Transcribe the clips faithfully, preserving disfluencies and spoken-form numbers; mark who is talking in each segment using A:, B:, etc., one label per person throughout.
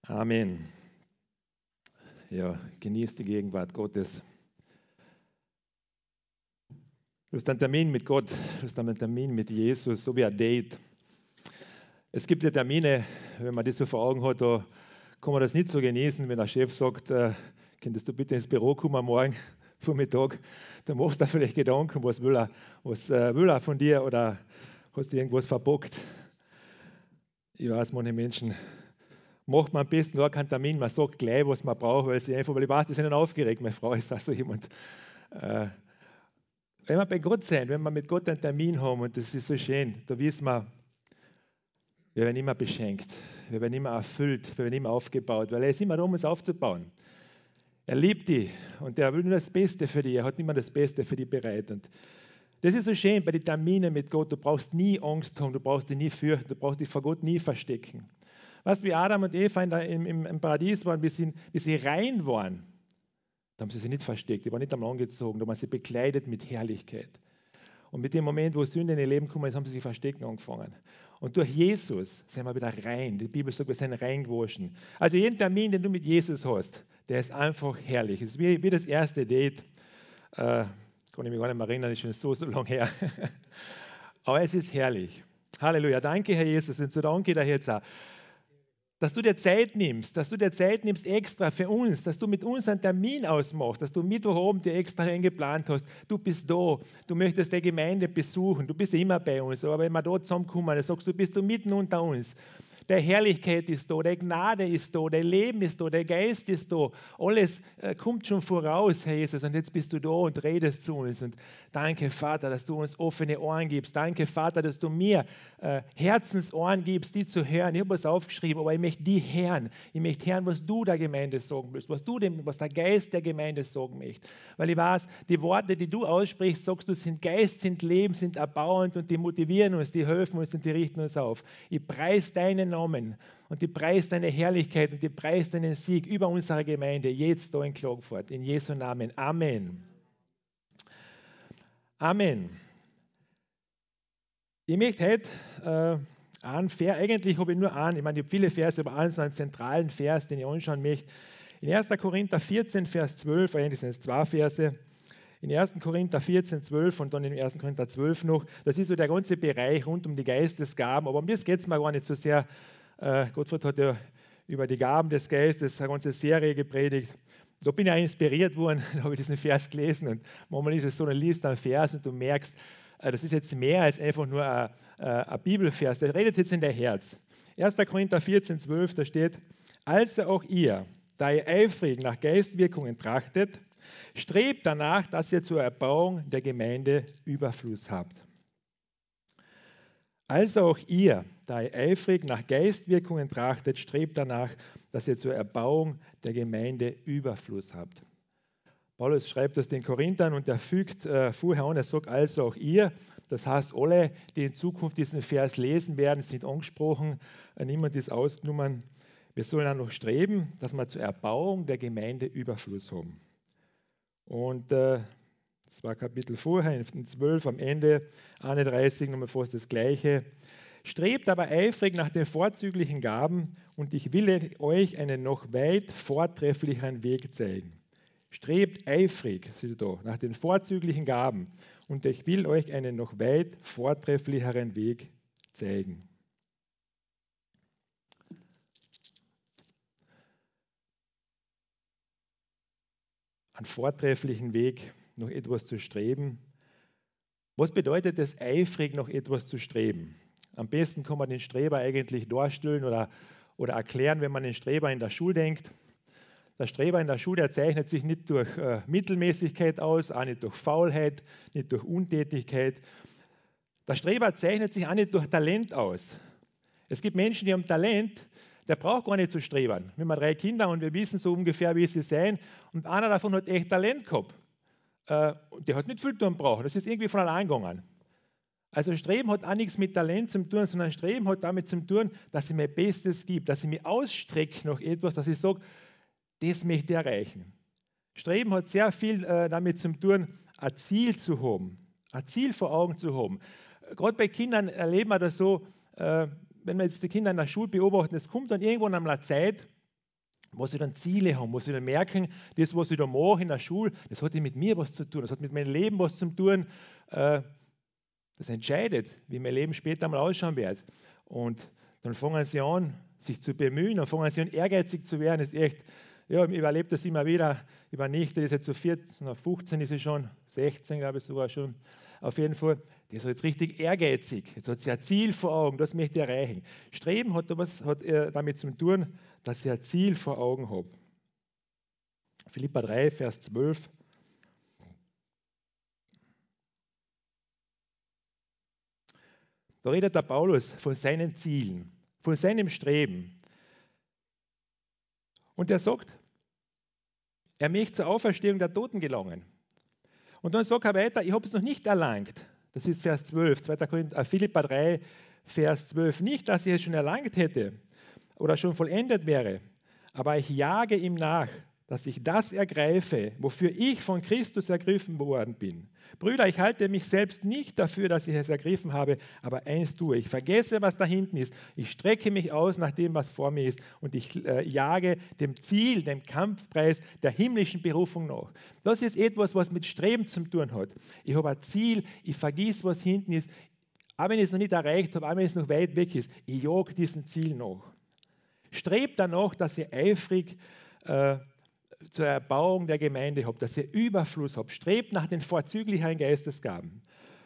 A: Amen. Ja, genießt die Gegenwart Gottes. Du hast einen Termin mit Gott, du hast einen Termin mit Jesus, so wie ein Date. Es gibt ja Termine, wenn man das so vor Augen hat, da kann man das nicht so genießen, wenn der Chef sagt, äh, könntest du bitte ins Büro kommen morgen Vormittag, da machst du dir vielleicht Gedanken, was will er, was äh, will er von dir oder hast du irgendwas verbockt. Ich weiß, manche Menschen macht man am besten gar keinen Termin, man sagt gleich, was man braucht, weil sie einfach, weil ich weiß, die sind dann aufgeregt, meine Frau ist also jemand. Äh, wenn wir bei Gott sind, wenn wir mit Gott einen Termin haben, und das ist so schön, da wissen wir, wir werden immer beschenkt, wir werden immer erfüllt, wir werden immer aufgebaut, weil er ist immer da, um uns aufzubauen. Er liebt dich und er will nur das Beste für dich, er hat immer das Beste für dich bereit. Und das ist so schön bei den Terminen mit Gott, du brauchst nie Angst haben, du brauchst dich nie fürchten, du brauchst dich vor Gott nie verstecken. Weißt du, wie Adam und Eva in der, im, im Paradies waren, bis sie, bis sie rein waren, da haben sie sich nicht versteckt, die waren nicht am angezogen, da waren sie bekleidet mit Herrlichkeit. Und mit dem Moment, wo Sünde in ihr Leben gekommen ist, haben sie sich verstecken angefangen. Und durch Jesus sind wir wieder rein. Die Bibel sagt, wir sind reingewaschen. Also jeden Termin, den du mit Jesus hast, der ist einfach herrlich. Es ist wie, wie das erste Date. Äh, kann ich mich gar nicht mehr erinnern, das ist schon so, so lange her. Aber es ist herrlich. Halleluja. Danke, Herr Jesus. Und so danke dir jetzt auch, dass du dir Zeit nimmst, dass du dir Zeit nimmst extra für uns, dass du mit uns einen Termin ausmachst, dass du Mittwochabend dir extra eingeplant hast. Du bist da, du möchtest die Gemeinde besuchen, du bist ja immer bei uns, aber wenn wir da zusammenkommen, dann sagst du, bist du mitten unter uns. Der Herrlichkeit ist da, der Gnade ist da, der Leben ist da, der Geist ist da. Alles äh, kommt schon voraus, Herr Jesus. Und jetzt bist du da und redest zu uns. Und danke, Vater, dass du uns offene Ohren gibst. Danke, Vater, dass du mir äh, Herzensohren gibst, die zu hören. Ich habe es aufgeschrieben, aber ich möchte die hören. Ich möchte hören, was du der Gemeinde sagen willst, was, du dem, was der Geist der Gemeinde sagen möchte. Weil ich weiß, die Worte, die du aussprichst, sagst du, sind Geist, sind Leben, sind erbauend und die motivieren uns, die helfen uns und die richten uns auf. Ich preise deinen Namen und ich preise deine Herrlichkeit und ich preise deinen Sieg über unsere Gemeinde, jetzt da in Klagenfurt. In Jesu Namen. Amen. Amen. Ich möchte heute äh, einen Vers, eigentlich habe ich nur einen, ich meine, ich habe viele Verse, aber einen so einen zentralen Vers, den ich anschauen möchte. In erster Korinther vierzehn, Vers zwölf, eigentlich sind es zwei Verse, in erster Korinther vierzehn, zwölf und dann in erster Korinther zwölf noch, das ist so der ganze Bereich rund um die Geistesgaben, aber um das geht es mir gar nicht so sehr. Äh, Gottfried hat ja über die Gaben des Geistes eine ganze Serie gepredigt. Da bin ich auch inspiriert worden, da habe ich diesen Vers gelesen und manchmal ist es so, dann liest du einen Vers und du merkst, äh, das ist jetzt mehr als einfach nur ein, äh, ein Bibelvers, der redet jetzt in dein Herz. erster Korinther vierzehn, zwölf, da steht, also auch ihr, da ihr eifrig nach Geistwirkungen trachtet, strebt danach, dass ihr zur Erbauung der Gemeinde Überfluss habt. Also auch ihr, da ihr eifrig nach Geistwirkungen trachtet, strebt danach, dass ihr zur Erbauung der Gemeinde Überfluss habt. Paulus schreibt das den Korinthern und er fügt äh, vorher an, er sagt also auch ihr, das heißt alle, die in Zukunft diesen Vers lesen werden, sind angesprochen, äh, niemand ist ausgenommen. Wir sollen auch noch streben, dass wir zur Erbauung der Gemeinde Überfluss haben. Und äh, zwei Kapitel vorher, in zwölf am Ende, einunddreißig, nochmal fast das Gleiche. Strebt aber eifrig nach den vorzüglichen Gaben und ich will euch einen noch weit vortrefflicheren Weg zeigen. Strebt eifrig, steht da, nach den vorzüglichen Gaben und ich will euch einen noch weit vortrefflicheren Weg zeigen. Einen vortrefflichen Weg, noch etwas zu streben. Was bedeutet es, eifrig nach etwas zu streben? Am besten kann man den Streber eigentlich darstellen oder, oder erklären, wenn man den Streber in der Schule denkt. Der Streber in der Schule der zeichnet sich nicht durch äh, Mittelmäßigkeit aus, auch nicht durch Faulheit, nicht durch Untätigkeit. Der Streber zeichnet sich auch nicht durch Talent aus. Es gibt Menschen, die haben Talent, der braucht gar nicht zu strebern. Wir haben drei Kinder und wir wissen so ungefähr, wie sie sein. Und einer davon hat echt Talent gehabt. Äh, der hat nicht viel tun brauchen, das ist irgendwie von allein gegangen. Also Streben hat auch nichts mit Talent zu tun, sondern Streben hat damit zu tun, dass ich mein Bestes gebe, dass ich mich ausstrecke nach etwas, dass ich sage, das möchte ich erreichen. Streben hat sehr viel äh, damit zu tun, ein Ziel zu haben, ein Ziel vor Augen zu haben. Gerade bei Kindern erleben wir das so, äh, wenn wir jetzt die Kinder in der Schule beobachten, es kommt dann irgendwann einmal eine Zeit, muss ich dann Ziele haben, muss ich dann merken, das, was ich da mache in der Schule, das hat mit mir was zu tun, das hat mit meinem Leben was zu tun. Äh, das entscheidet, wie mein Leben später mal ausschauen wird. Und dann fangen sie an, sich zu bemühen, dann fangen sie an, ehrgeizig zu werden. Das ist echt, ja, ich überlebe das immer wieder. Über Nichte, die ist jetzt so vierzehn, fünfzehn ist sie schon, sechzehn glaube ich sogar schon. Auf jeden Fall, die ist jetzt richtig ehrgeizig. Jetzt hat sie ein Ziel vor Augen, das möchte ich erreichen. Streben hat, was, hat äh, damit zu tun, dass ich ein Ziel vor Augen habe. Philipper drei, Vers zwölf. Da redet der Paulus von seinen Zielen, von seinem Streben. Und er sagt, er möchte zur Auferstehung der Toten gelangen. Und dann sagt er weiter, ich habe es noch nicht erlangt. Das ist Vers zwölf, zweiter Korinther, äh, Philipper drei, Vers zwölf. Nicht, dass ich es schon erlangt hätte oder schon vollendet wäre, aber ich jage ihm nach, dass ich das ergreife, wofür ich von Christus ergriffen worden bin. Brüder, ich halte mich selbst nicht dafür, dass ich es ergriffen habe, aber eins tue, ich vergesse, was da hinten ist. Ich strecke mich aus nach dem, was vor mir ist und ich äh, jage dem Ziel, dem Kampfpreis der himmlischen Berufung nach. Das ist etwas, was mit Streben zu tun hat. Ich habe ein Ziel, ich vergesse, was hinten ist, auch wenn ich es noch nicht erreicht habe, auch wenn es noch weit weg ist, ich jage diesem Ziel nach. Strebt danach, dass ihr eifrig äh, zur Erbauung der Gemeinde habt, dass ihr Überfluss habt. Strebt nach den vorzüglichen Geistesgaben.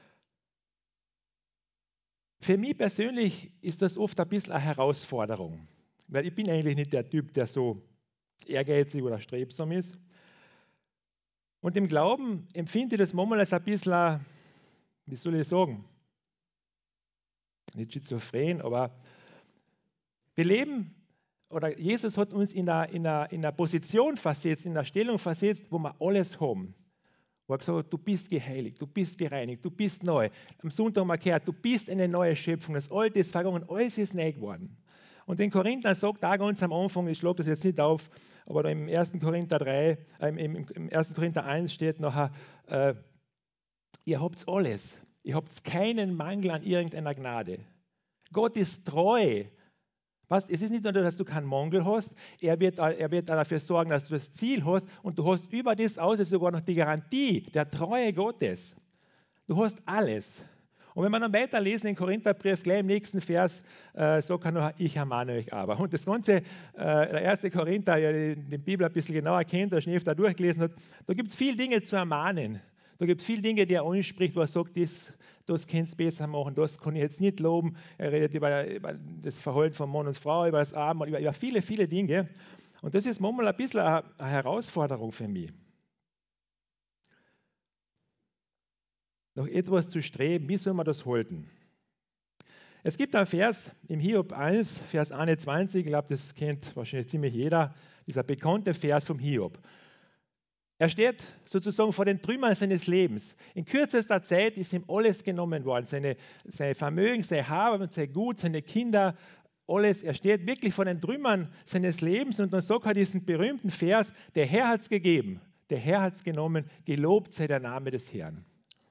A: Für mich persönlich ist das oft ein bisschen eine Herausforderung, weil ich bin eigentlich nicht der Typ, der so ehrgeizig oder strebsam ist. Und im Glauben empfinde ich das manchmal als ein bisschen, wie soll ich sagen, nicht schizophren, aber wir leben, oder Jesus hat uns in einer, in einer, in einer Position versetzt, in einer Stellung versetzt, wo wir alles haben. Wo er gesagt hat, du bist geheiligt, du bist gereinigt, du bist neu. Am Sonntag haben wir gehört, du bist eine neue Schöpfung, das Alte ist vergangen, alles ist neu geworden. Und den Korinther sagt auch ganz am Anfang, ich schlage das jetzt nicht auf, aber da im ersten Korinther drei, äh, im, im ersten Korinther eins steht nachher, äh, ihr habt alles, ihr habt keinen Mangel an irgendeiner Gnade. Gott ist treu. Was, es ist nicht nur, dass du keinen Mangel hast, er wird, er wird dafür sorgen, dass du das Ziel hast und du hast über das aus sogar noch die Garantie der Treue Gottes. Du hast alles. Und wenn wir dann weiterlesen in Korintherbrief, gleich im nächsten Vers, äh, sagt er noch, ich ermahne euch aber. Und das Ganze, äh, der erste Korinther, der die Bibel ein bisschen genauer kennt, der schon öfter durchgelesen hat, da gibt es viele Dinge zu ermahnen. Da gibt es viele Dinge, die er anspricht, wo er sagt, das, das könnt ihr besser machen, das kann ich jetzt nicht loben. Er redet über, über das Verhalten von Mann und Frau, über das Abendmahl, über, über viele, viele Dinge. Und das ist manchmal ein bisschen eine, eine Herausforderung für mich. Nach etwas zu streben, wie soll man das halten? Es gibt einen Vers im Hiob eins, Vers einundzwanzig, ich glaube, das kennt wahrscheinlich ziemlich jeder, dieser bekannte Vers vom Hiob. Er steht sozusagen vor den Trümmern seines Lebens. In kürzester Zeit ist ihm alles genommen worden, seine, sein Vermögen, sein Haben, sein Gut, seine Kinder, alles. Er steht wirklich vor den Trümmern seines Lebens und dann sagt er diesen berühmten Vers, der Herr hat es gegeben, der Herr hat es genommen, gelobt sei der Name des Herrn.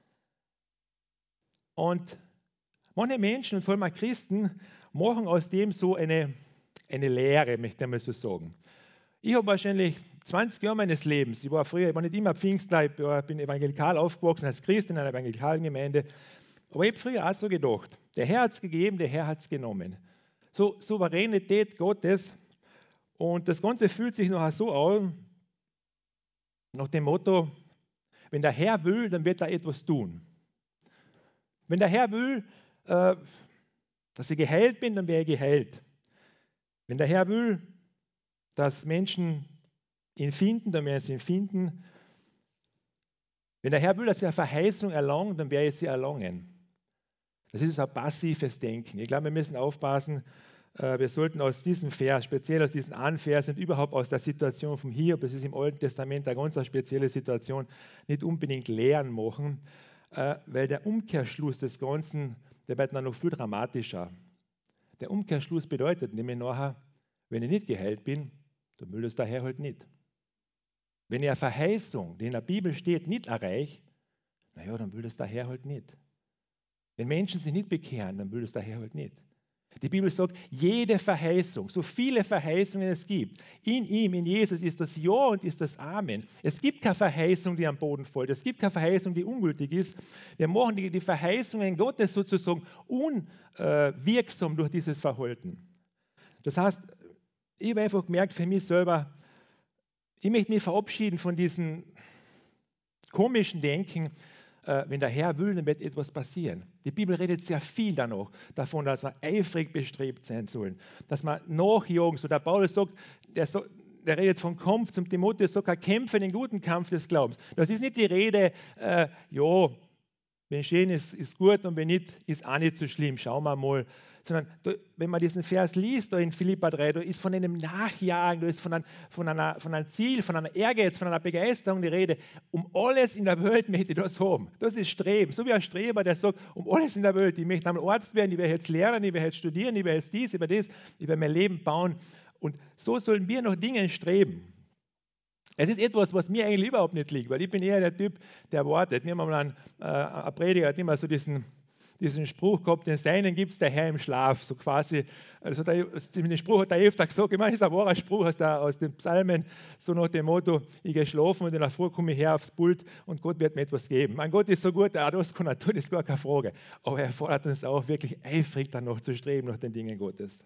A: Und manche Menschen, und vor allem auch Christen, machen aus dem so eine, eine Lehre, möchte ich mal so sagen. Ich habe wahrscheinlich zwanzig Jahre meines Lebens, ich war früher, ich war nicht immer Pfingstler, ich war, bin evangelikal aufgewachsen als Christ in einer evangelikalen Gemeinde, aber ich habe früher auch so gedacht, der Herr hat es gegeben, der Herr hat es genommen. So Souveränität Gottes und das Ganze fühlt sich nachher so an, nach dem Motto, wenn der Herr will, dann wird er etwas tun. Wenn der Herr will, äh, dass ich geheilt bin, dann wäre ich geheilt. Wenn der Herr will, dass Menschen ihn finden, dann werden sie ihn finden. Wenn der Herr will, dass sie eine Verheißung erlangen, dann werde ich sie erlangen. Das ist ein passives Denken. Ich glaube, wir müssen aufpassen, wir sollten aus diesem Vers, speziell aus diesen einen Vers und überhaupt aus der Situation vom Hiob, das ist im Alten Testament eine ganz spezielle Situation, nicht unbedingt Lehren machen, weil der Umkehrschluss des Ganzen, der wird dann noch viel dramatischer. Der Umkehrschluss bedeutet nämlich nachher, wenn ich nicht geheilt bin, dann will das der Herr halt nicht. Wenn ich eine Verheißung, die in der Bibel steht, nicht erreiche, naja, dann will das der Herr halt nicht. Wenn Menschen sich nicht bekehren, dann will das der Herr halt nicht. Die Bibel sagt, jede Verheißung, so viele Verheißungen es gibt, in ihm, in Jesus ist das Ja und ist das Amen. Es gibt keine Verheißung, die am Boden fällt. Es gibt keine Verheißung, die ungültig ist. Wir machen die, die Verheißungen Gottes sozusagen unwirksam durch dieses Verhalten. Das heißt, ich habe einfach gemerkt für mich selber, ich möchte mich verabschieden von diesem komischen Denken, äh, wenn der Herr will, dann wird etwas passieren. Die Bibel redet sehr viel danach, davon, dass wir eifrig bestrebt sein sollen, dass wir nachjagen. So der Paulus sagt, der, so, der redet vom Kampf, zum Timotheus sagt, er kämpfe den guten Kampf des Glaubens. Das ist nicht die Rede, äh, ja, wenn schön ist, ist gut und wenn nicht, ist auch nicht so schlimm. Schauen wir mal. Sondern da, wenn man diesen Vers liest, da in Philipper drei, da ist von einem Nachjagen, da ist von einem, von, einer, von einem Ziel, von einer Ehrgeiz, von einer Begeisterung die Rede. Um alles in der Welt möchte ich das haben. Das ist Streben. So wie ein Streber, der sagt, um alles in der Welt. Ich möchte einmal Arzt werden, ich werde jetzt lernen, ich werde jetzt studieren, ich werde jetzt dies, ich werde das, ich werde mein Leben bauen. Und so sollen wir nach Dingen streben. Es ist etwas, was mir eigentlich überhaupt nicht liegt, weil ich bin eher der Typ, der wartet. Wir haben mal einen, äh, ein Prediger hat immer so diesen, diesen Spruch gehabt, den Seinen gibt es der Herr im Schlaf. So quasi, also der, den Spruch hat der öfter gesagt, ich meine, das ist ein wahrer Spruch aus, der, aus den Psalmen, so nach dem Motto, ich gehe schlafen und in der Früh komme ich her aufs Pult und Gott wird mir etwas geben. Mein Gott ist so gut, auch das kann er tun, das ist gar keine Frage. Aber er fordert uns auch wirklich eifrig danach zu streben, nach den Dingen Gottes.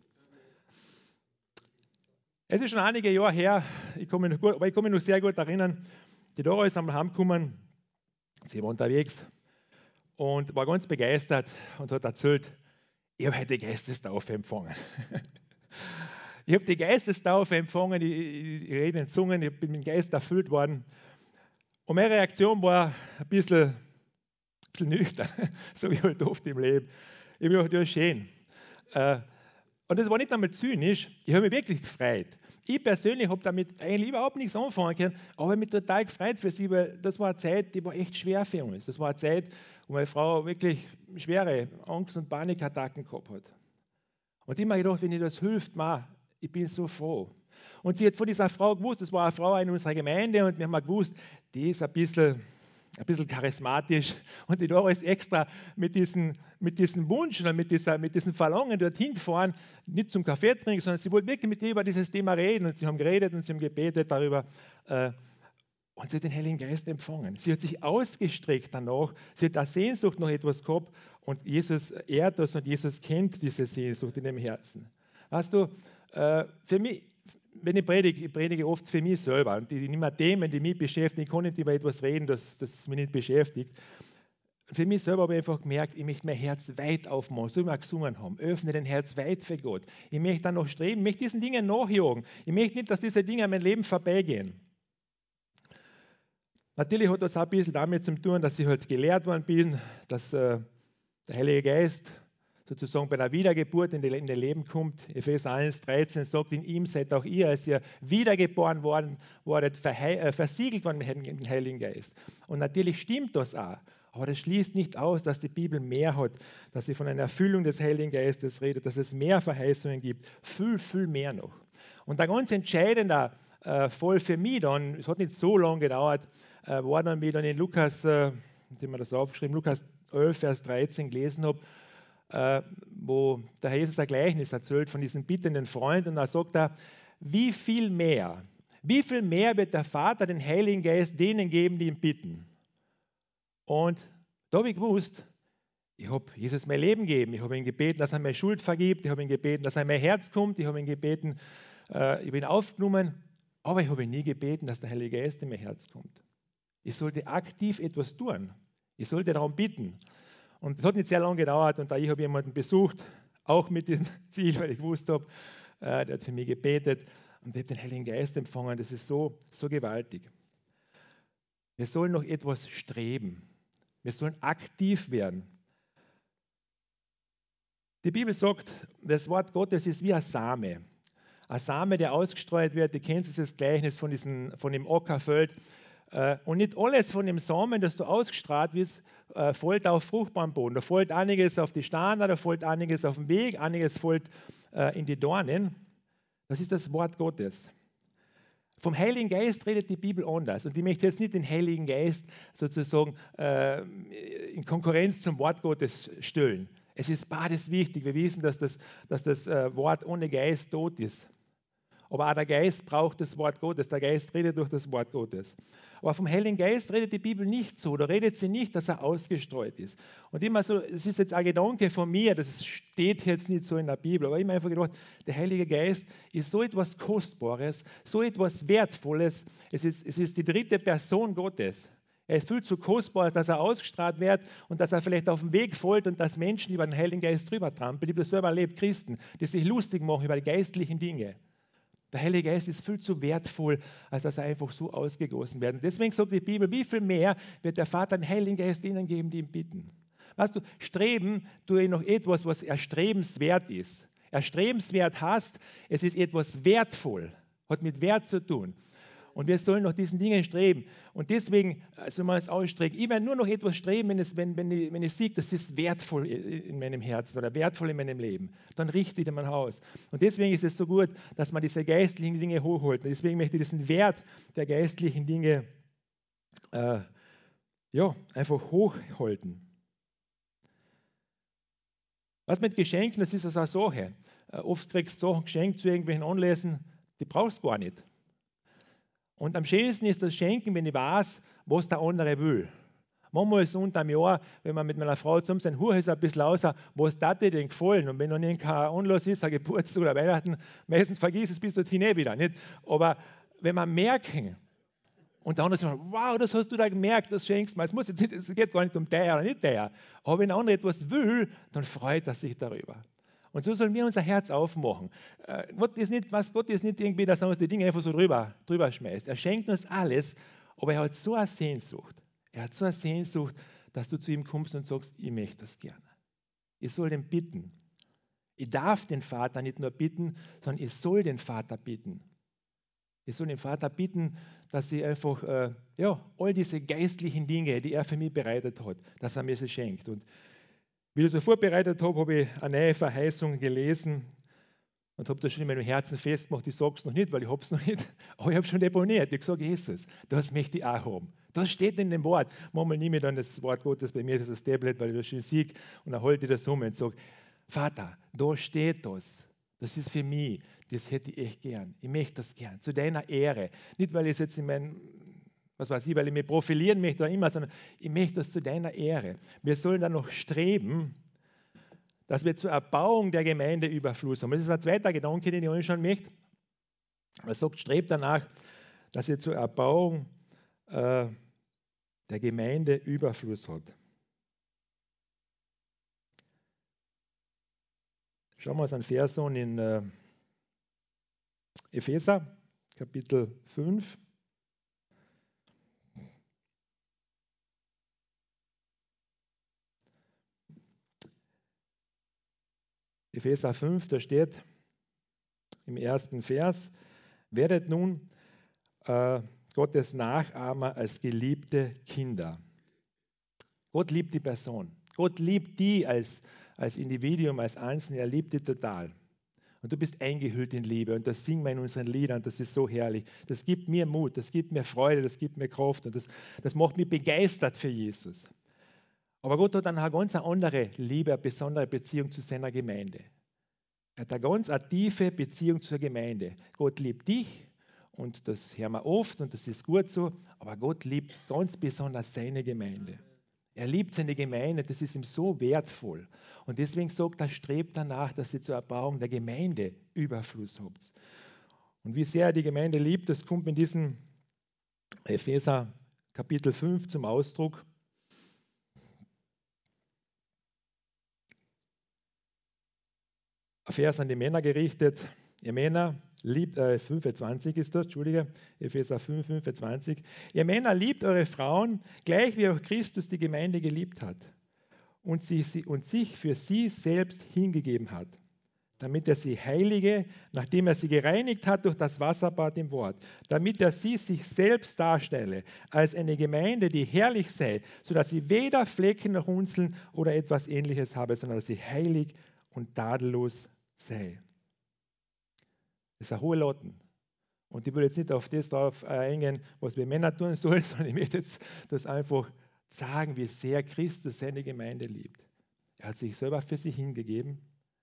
A: Es ist schon einige Jahre her, ich kann mich noch, gut, aber ich kann mich noch sehr gut erinnern, die Dora ist einmal heimgekommen, sie war unterwegs und war ganz begeistert und hat erzählt, ich habe heute die Geistestaufe empfangen. Ich habe die Geistestaufe empfangen, ich, ich, ich rede in Zungen, ich bin mit dem Geist erfüllt worden. Und meine Reaktion war ein bisschen, ein bisschen nüchtern, so wie halt oft im Leben. Ich habe gedacht, ja, schön. Äh, Und das war nicht einmal zynisch, ich habe mich wirklich gefreut. Ich persönlich habe damit eigentlich überhaupt nichts anfangen können, aber ich habe mich total gefreut für sie, weil das war eine Zeit, die war echt schwer für uns. Das war eine Zeit, wo meine Frau wirklich schwere Angst- und Panikattacken gehabt hat. Und ich habe mir gedacht, wenn ihr das hilft, ma, ich bin so froh. Und sie hat von dieser Frau gewusst, das war eine Frau in unserer Gemeinde und wir haben gewusst, die ist ein bisschen ein bisschen charismatisch und die Dora ist extra mit diesem mit diesen Wunsch oder mit, dieser, mit diesem Verlangen dorthin gefahren, nicht zum Kaffee trinken, sondern sie wollte wirklich mit ihr über dieses Thema reden und sie haben geredet und sie haben gebetet darüber äh, und sie hat den Heiligen Geist empfangen. Sie hat sich ausgestreckt danach, sie hat eine Sehnsucht nach etwas gehabt und Jesus ehrt das und Jesus kennt diese Sehnsucht in dem Herzen. Weißt du, äh, für mich wenn ich predige, ich predige oft für mich selber und die nicht mehr Themen, die mich beschäftigen, ich kann nicht über etwas reden, das, das mich nicht beschäftigt. Für mich selber habe ich einfach gemerkt, ich möchte mein Herz weit aufmachen, so wie wir gesungen haben. Öffne dein Herz weit für Gott. Ich möchte dann noch streben, ich möchte diesen Dingen nachjagen. Ich möchte nicht, dass diese Dinge an mein Leben vorbeigehen. Natürlich hat das auch ein bisschen damit zu tun, dass ich halt gelehrt worden bin, dass äh, der Heilige Geist sozusagen bei der Wiedergeburt in dein Leben kommt. Epheser eins, dreizehn sagt, in ihm seid auch ihr, als ihr wiedergeboren worden, wardet, äh, versiegelt worden mit dem Heiligen Geist. Und natürlich stimmt das auch. Aber das schließt nicht aus, dass die Bibel mehr hat, dass sie von einer Erfüllung des Heiligen Geistes redet, dass es mehr Verheißungen gibt, viel, viel mehr noch. Und ein ganz entscheidender äh, Fall für mich dann, es hat nicht so lange gedauert, äh, war dann, wie ich dann in Lukas, äh, ich habe mir das aufgeschrieben, Lukas elf, Vers dreizehn gelesen habe, äh, wo der Herr Jesus ein Gleichnis erzählt von diesem bittenden Freund und da sagt er, wie viel mehr, wie viel mehr wird der Vater den Heiligen Geist denen geben, die ihn bitten. Und da habe ich gewusst, ich habe Jesus mein Leben gegeben, ich habe ihn gebeten, dass er mir Schuld vergibt, ich habe ihn gebeten, dass er in mein Herz kommt, ich habe ihn gebeten, äh, ich habe ihn aufgenommen, aber ich habe ihn nie gebeten, dass der Heilige Geist in mein Herz kommt. Ich sollte aktiv etwas tun, ich sollte darum bitten. Und es hat nicht sehr lange gedauert und da ich habe jemanden besucht, auch mit dem Ziel, weil ich gewusst habe, äh, der hat für mich gebetet und ich habe den Heiligen Geist empfangen. Das ist so, so gewaltig. Wir sollen noch etwas streben. Wir sollen aktiv werden. Die Bibel sagt, das Wort Gottes ist wie ein Same. Ein Same, der ausgestreut wird. Du kennst dieses Gleichnis von, diesen, von dem Ockerfeld. Und nicht alles von dem Samen, das du ausgestrahlt wirst, fällt auf fruchtbaren Boden. Da fällt einiges auf die Steine, da fällt einiges auf den Weg, einiges fällt in die Dornen. Das ist das Wort Gottes. Vom Heiligen Geist redet die Bibel anders. Und ich möchte jetzt nicht den Heiligen Geist sozusagen äh, in Konkurrenz zum Wort Gottes stellen. Es ist beides wichtig. Wir wissen, dass das, dass das äh, Wort ohne Geist tot ist. Aber auch der Geist braucht das Wort Gottes. Der Geist redet durch das Wort Gottes. Aber vom Heiligen Geist redet die Bibel nicht so. Da redet sie nicht, dass er ausgestreut ist. Und immer so, es ist jetzt ein Gedanke von mir, das steht jetzt nicht so in der Bibel, aber ich habe mir einfach gedacht, der Heilige Geist ist so etwas Kostbares, so etwas Wertvolles. Es ist, es ist die dritte Person Gottes. Er ist viel zu kostbar, dass er ausgestrahlt wird und dass er vielleicht auf dem Weg folgt und dass Menschen über den Heiligen Geist drüber trampeln. Ich habe das selber erlebt, Christen, die sich lustig machen über die geistlichen Dinge. Der Heilige Geist ist viel zu wertvoll, als dass er einfach so ausgegossen wird. Deswegen sagt die Bibel, wie viel mehr wird der Vater den Heiligen Geist denen geben, die ihn bitten. Weißt du, streben tue ich noch etwas, was erstrebenswert ist. Erstrebenswert heißt, es ist etwas wertvoll, hat mit Wert zu tun. Und wir sollen nach diesen Dingen streben. Und deswegen soll man es ausstrecken. Ich werde nur noch etwas streben, wenn, es, wenn, wenn, ich, wenn ich sehe, das ist wertvoll in meinem Herzen oder wertvoll in meinem Leben. Dann richte ich mein Haus. Und deswegen ist es so gut, dass man diese geistlichen Dinge hochholt. Und deswegen möchte ich diesen Wert der geistlichen Dinge äh, ja, einfach hochhalten. Was mit Geschenken, das ist also eine Sache. Äh, oft kriegst du Sachen geschenkt zu irgendwelchen Anlässen, die brauchst du gar nicht. Und am schönsten ist das Schenken, wenn ich weiß, was der andere will. Manchmal ist es unter einem Jahr, wenn man mit meiner Frau zusammen sein, hör es ein bisschen außer, was hat dir denn gefallen? Und wenn noch nicht kein Anlass ist, ein Geburtstag oder Weihnachten, meistens vergisst es bis dorthin eh wieder. Nicht? Aber wenn man merken, und der andere sagt, wow, das hast du da gemerkt, das schenkst du mir. Es, muss jetzt nicht, es geht gar nicht um der oder nicht der. Aber wenn der andere etwas will, dann freut er sich darüber. Und so sollen wir unser Herz aufmachen. Äh, Gott ist nicht, was Gott ist nicht irgendwie, dass er uns die Dinge einfach so drüber, drüber schmeißt. Er schenkt uns alles, aber er hat so eine Sehnsucht. Er hat so eine Sehnsucht, dass du zu ihm kommst und sagst, ich möchte das gerne. Ich soll den bitten. Ich darf den Vater nicht nur bitten, sondern ich soll den Vater bitten. Ich soll den Vater bitten, dass ich einfach äh, ja, all diese geistlichen Dinge, die er für mich bereitet hat, dass er mir sie schenkt. Und wie ich das so vorbereitet habe, habe ich eine neue Verheißung gelesen und habe das schon in meinem Herzen festgemacht. Ich sage es noch nicht, weil ich habe es noch nicht, aber ich habe schon deponiert. Ich habe gesagt, Jesus, das möchte ich auch haben. Das steht in dem Wort. Manchmal nehme ich dann das Wort Gottes, bei mir ist das Tablet, weil ich das schön sehe, und dann halte ich das um und sage, Vater, da steht das. Das ist für mich, das hätte ich echt gern. Ich möchte das gern, zu deiner Ehre. Nicht, weil ich es jetzt in meinem, was weiß ich, weil ich mich profilieren möchte oder immer, sondern ich möchte das zu deiner Ehre. Wir sollen dann noch streben, dass wir zur Erbauung der Gemeinde Überfluss haben. Das ist ein zweiter Gedanke, den ich anschauen möchte. Er sagt, strebt danach, dass ihr zur Erbauung äh, der Gemeinde Überfluss habt. Schauen wir uns einen Vers an in äh, Epheser, Kapitel fünf. Epheser fünf, da steht im ersten Vers, werdet nun äh, Gottes Nachahmer als geliebte Kinder. Gott liebt die Person. Gott liebt die als, als Individuum, als Einzelne. Er liebt die total. Und du bist eingehüllt in Liebe. Und das singen wir in unseren Liedern. Das ist so herrlich. Das gibt mir Mut, das gibt mir Freude, das gibt mir Kraft. Und das, das macht mich begeistert für Jesus. Aber Gott hat dann eine ganz andere Liebe, eine besondere Beziehung zu seiner Gemeinde. Er hat eine ganz eine tiefe Beziehung zur Gemeinde. Gott liebt dich und das hören wir oft und das ist gut so, aber Gott liebt ganz besonders seine Gemeinde. Er liebt seine Gemeinde, das ist ihm so wertvoll. Und deswegen sagt er, strebt danach, dass ihr zur Erbauung der Gemeinde Überfluss habt. Und wie sehr er die Gemeinde liebt, das kommt in diesem Epheser Kapitel fünf zum Ausdruck. Ein Vers an die Männer gerichtet. Ihr Männer, liebt, äh, fünfundzwanzig ist das, Entschuldige, Epheser fünf, fünfundzwanzig. Ihr Männer, liebt eure Frauen, gleich wie auch Christus die Gemeinde geliebt hat und, sie, sie, und sich für sie selbst hingegeben hat, damit er sie heilige, nachdem er sie gereinigt hat durch das Wasserbad im Wort, damit er sie sich selbst darstelle als eine Gemeinde, die herrlich sei, sodass sie weder Flecken noch Runzeln oder etwas Ähnliches habe, sondern dass sie heilig und tadellos sei. Das ist ein hoher Latten. Und ich will jetzt nicht auf das drauf eingehen, was wir Männer tun sollen, sondern ich möchte jetzt das einfach sagen, wie sehr Christus seine Gemeinde liebt. Er hat sich selber für sie hingegeben.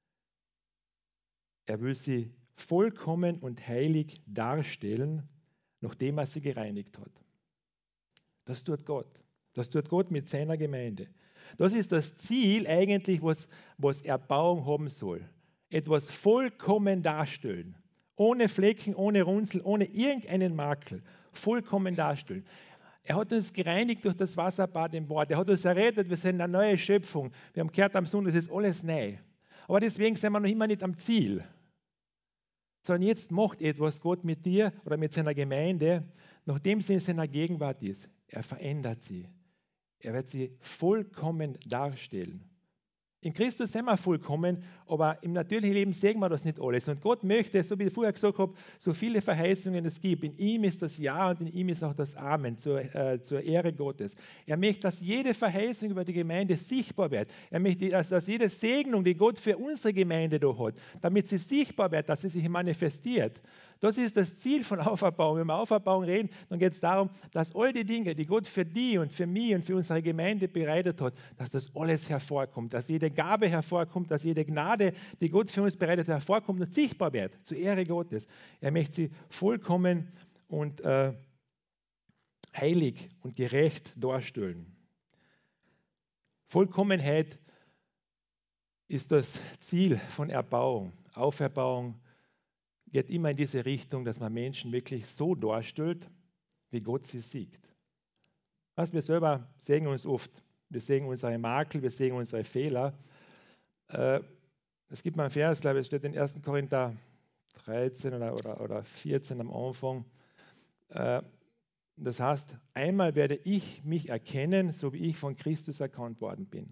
A: Er will sie vollkommen und heilig darstellen, nachdem er sie gereinigt hat. Das tut Gott. Das tut Gott mit seiner Gemeinde. Das ist das Ziel eigentlich, was, was Erbauung haben soll. Etwas vollkommen darstellen. Ohne Flecken, ohne Runzel, ohne irgendeinen Makel. Vollkommen darstellen. Er hat uns gereinigt durch das Wasserbad im Wort. Er hat uns errettet, wir sind eine neue Schöpfung. Wir haben gehört am Sonntag, das ist alles neu. Aber deswegen sind wir noch immer nicht am Ziel. Sondern jetzt macht etwas Gott mit dir oder mit seiner Gemeinde, nachdem sie in seiner Gegenwart ist. Er verändert sie. Er wird sie vollkommen darstellen. In Christus sind wir vollkommen, aber im natürlichen Leben sehen wir das nicht alles. Und Gott möchte, so wie ich vorher gesagt habe, so viele Verheißungen es gibt. In ihm ist das Ja und in ihm ist auch das Amen zur, äh, zur Ehre Gottes. Er möchte, dass jede Verheißung über die Gemeinde sichtbar wird. Er möchte, dass, dass jede Segnung, die Gott für unsere Gemeinde da hat, damit sie sichtbar wird, dass sie sich manifestiert. Das ist das Ziel von Auferbauung. Wenn wir Auferbauung reden, dann geht es darum, dass all die Dinge, die Gott für die und für mich und für unsere Gemeinde bereitet hat, dass das alles hervorkommt, dass jede Gabe hervorkommt, dass jede Gnade, die Gott für uns bereitet, hervorkommt und sichtbar wird, zur Ehre Gottes. Er möchte sie vollkommen und äh, heilig und gerecht darstellen. Vollkommenheit ist das Ziel von Erbauung, Auferbauung, geht immer in diese Richtung, dass man Menschen wirklich so darstellt, wie Gott sie sieht. Was wir selber sehen uns oft. Wir sehen unsere Makel, wir sehen unsere Fehler. Äh, es gibt mal einen Vers, glaube ich, es steht in ersten Korinther dreizehn oder, oder, oder vierzehn am Anfang. Äh, das heißt, einmal werde ich mich erkennen, so wie ich von Christus erkannt worden bin.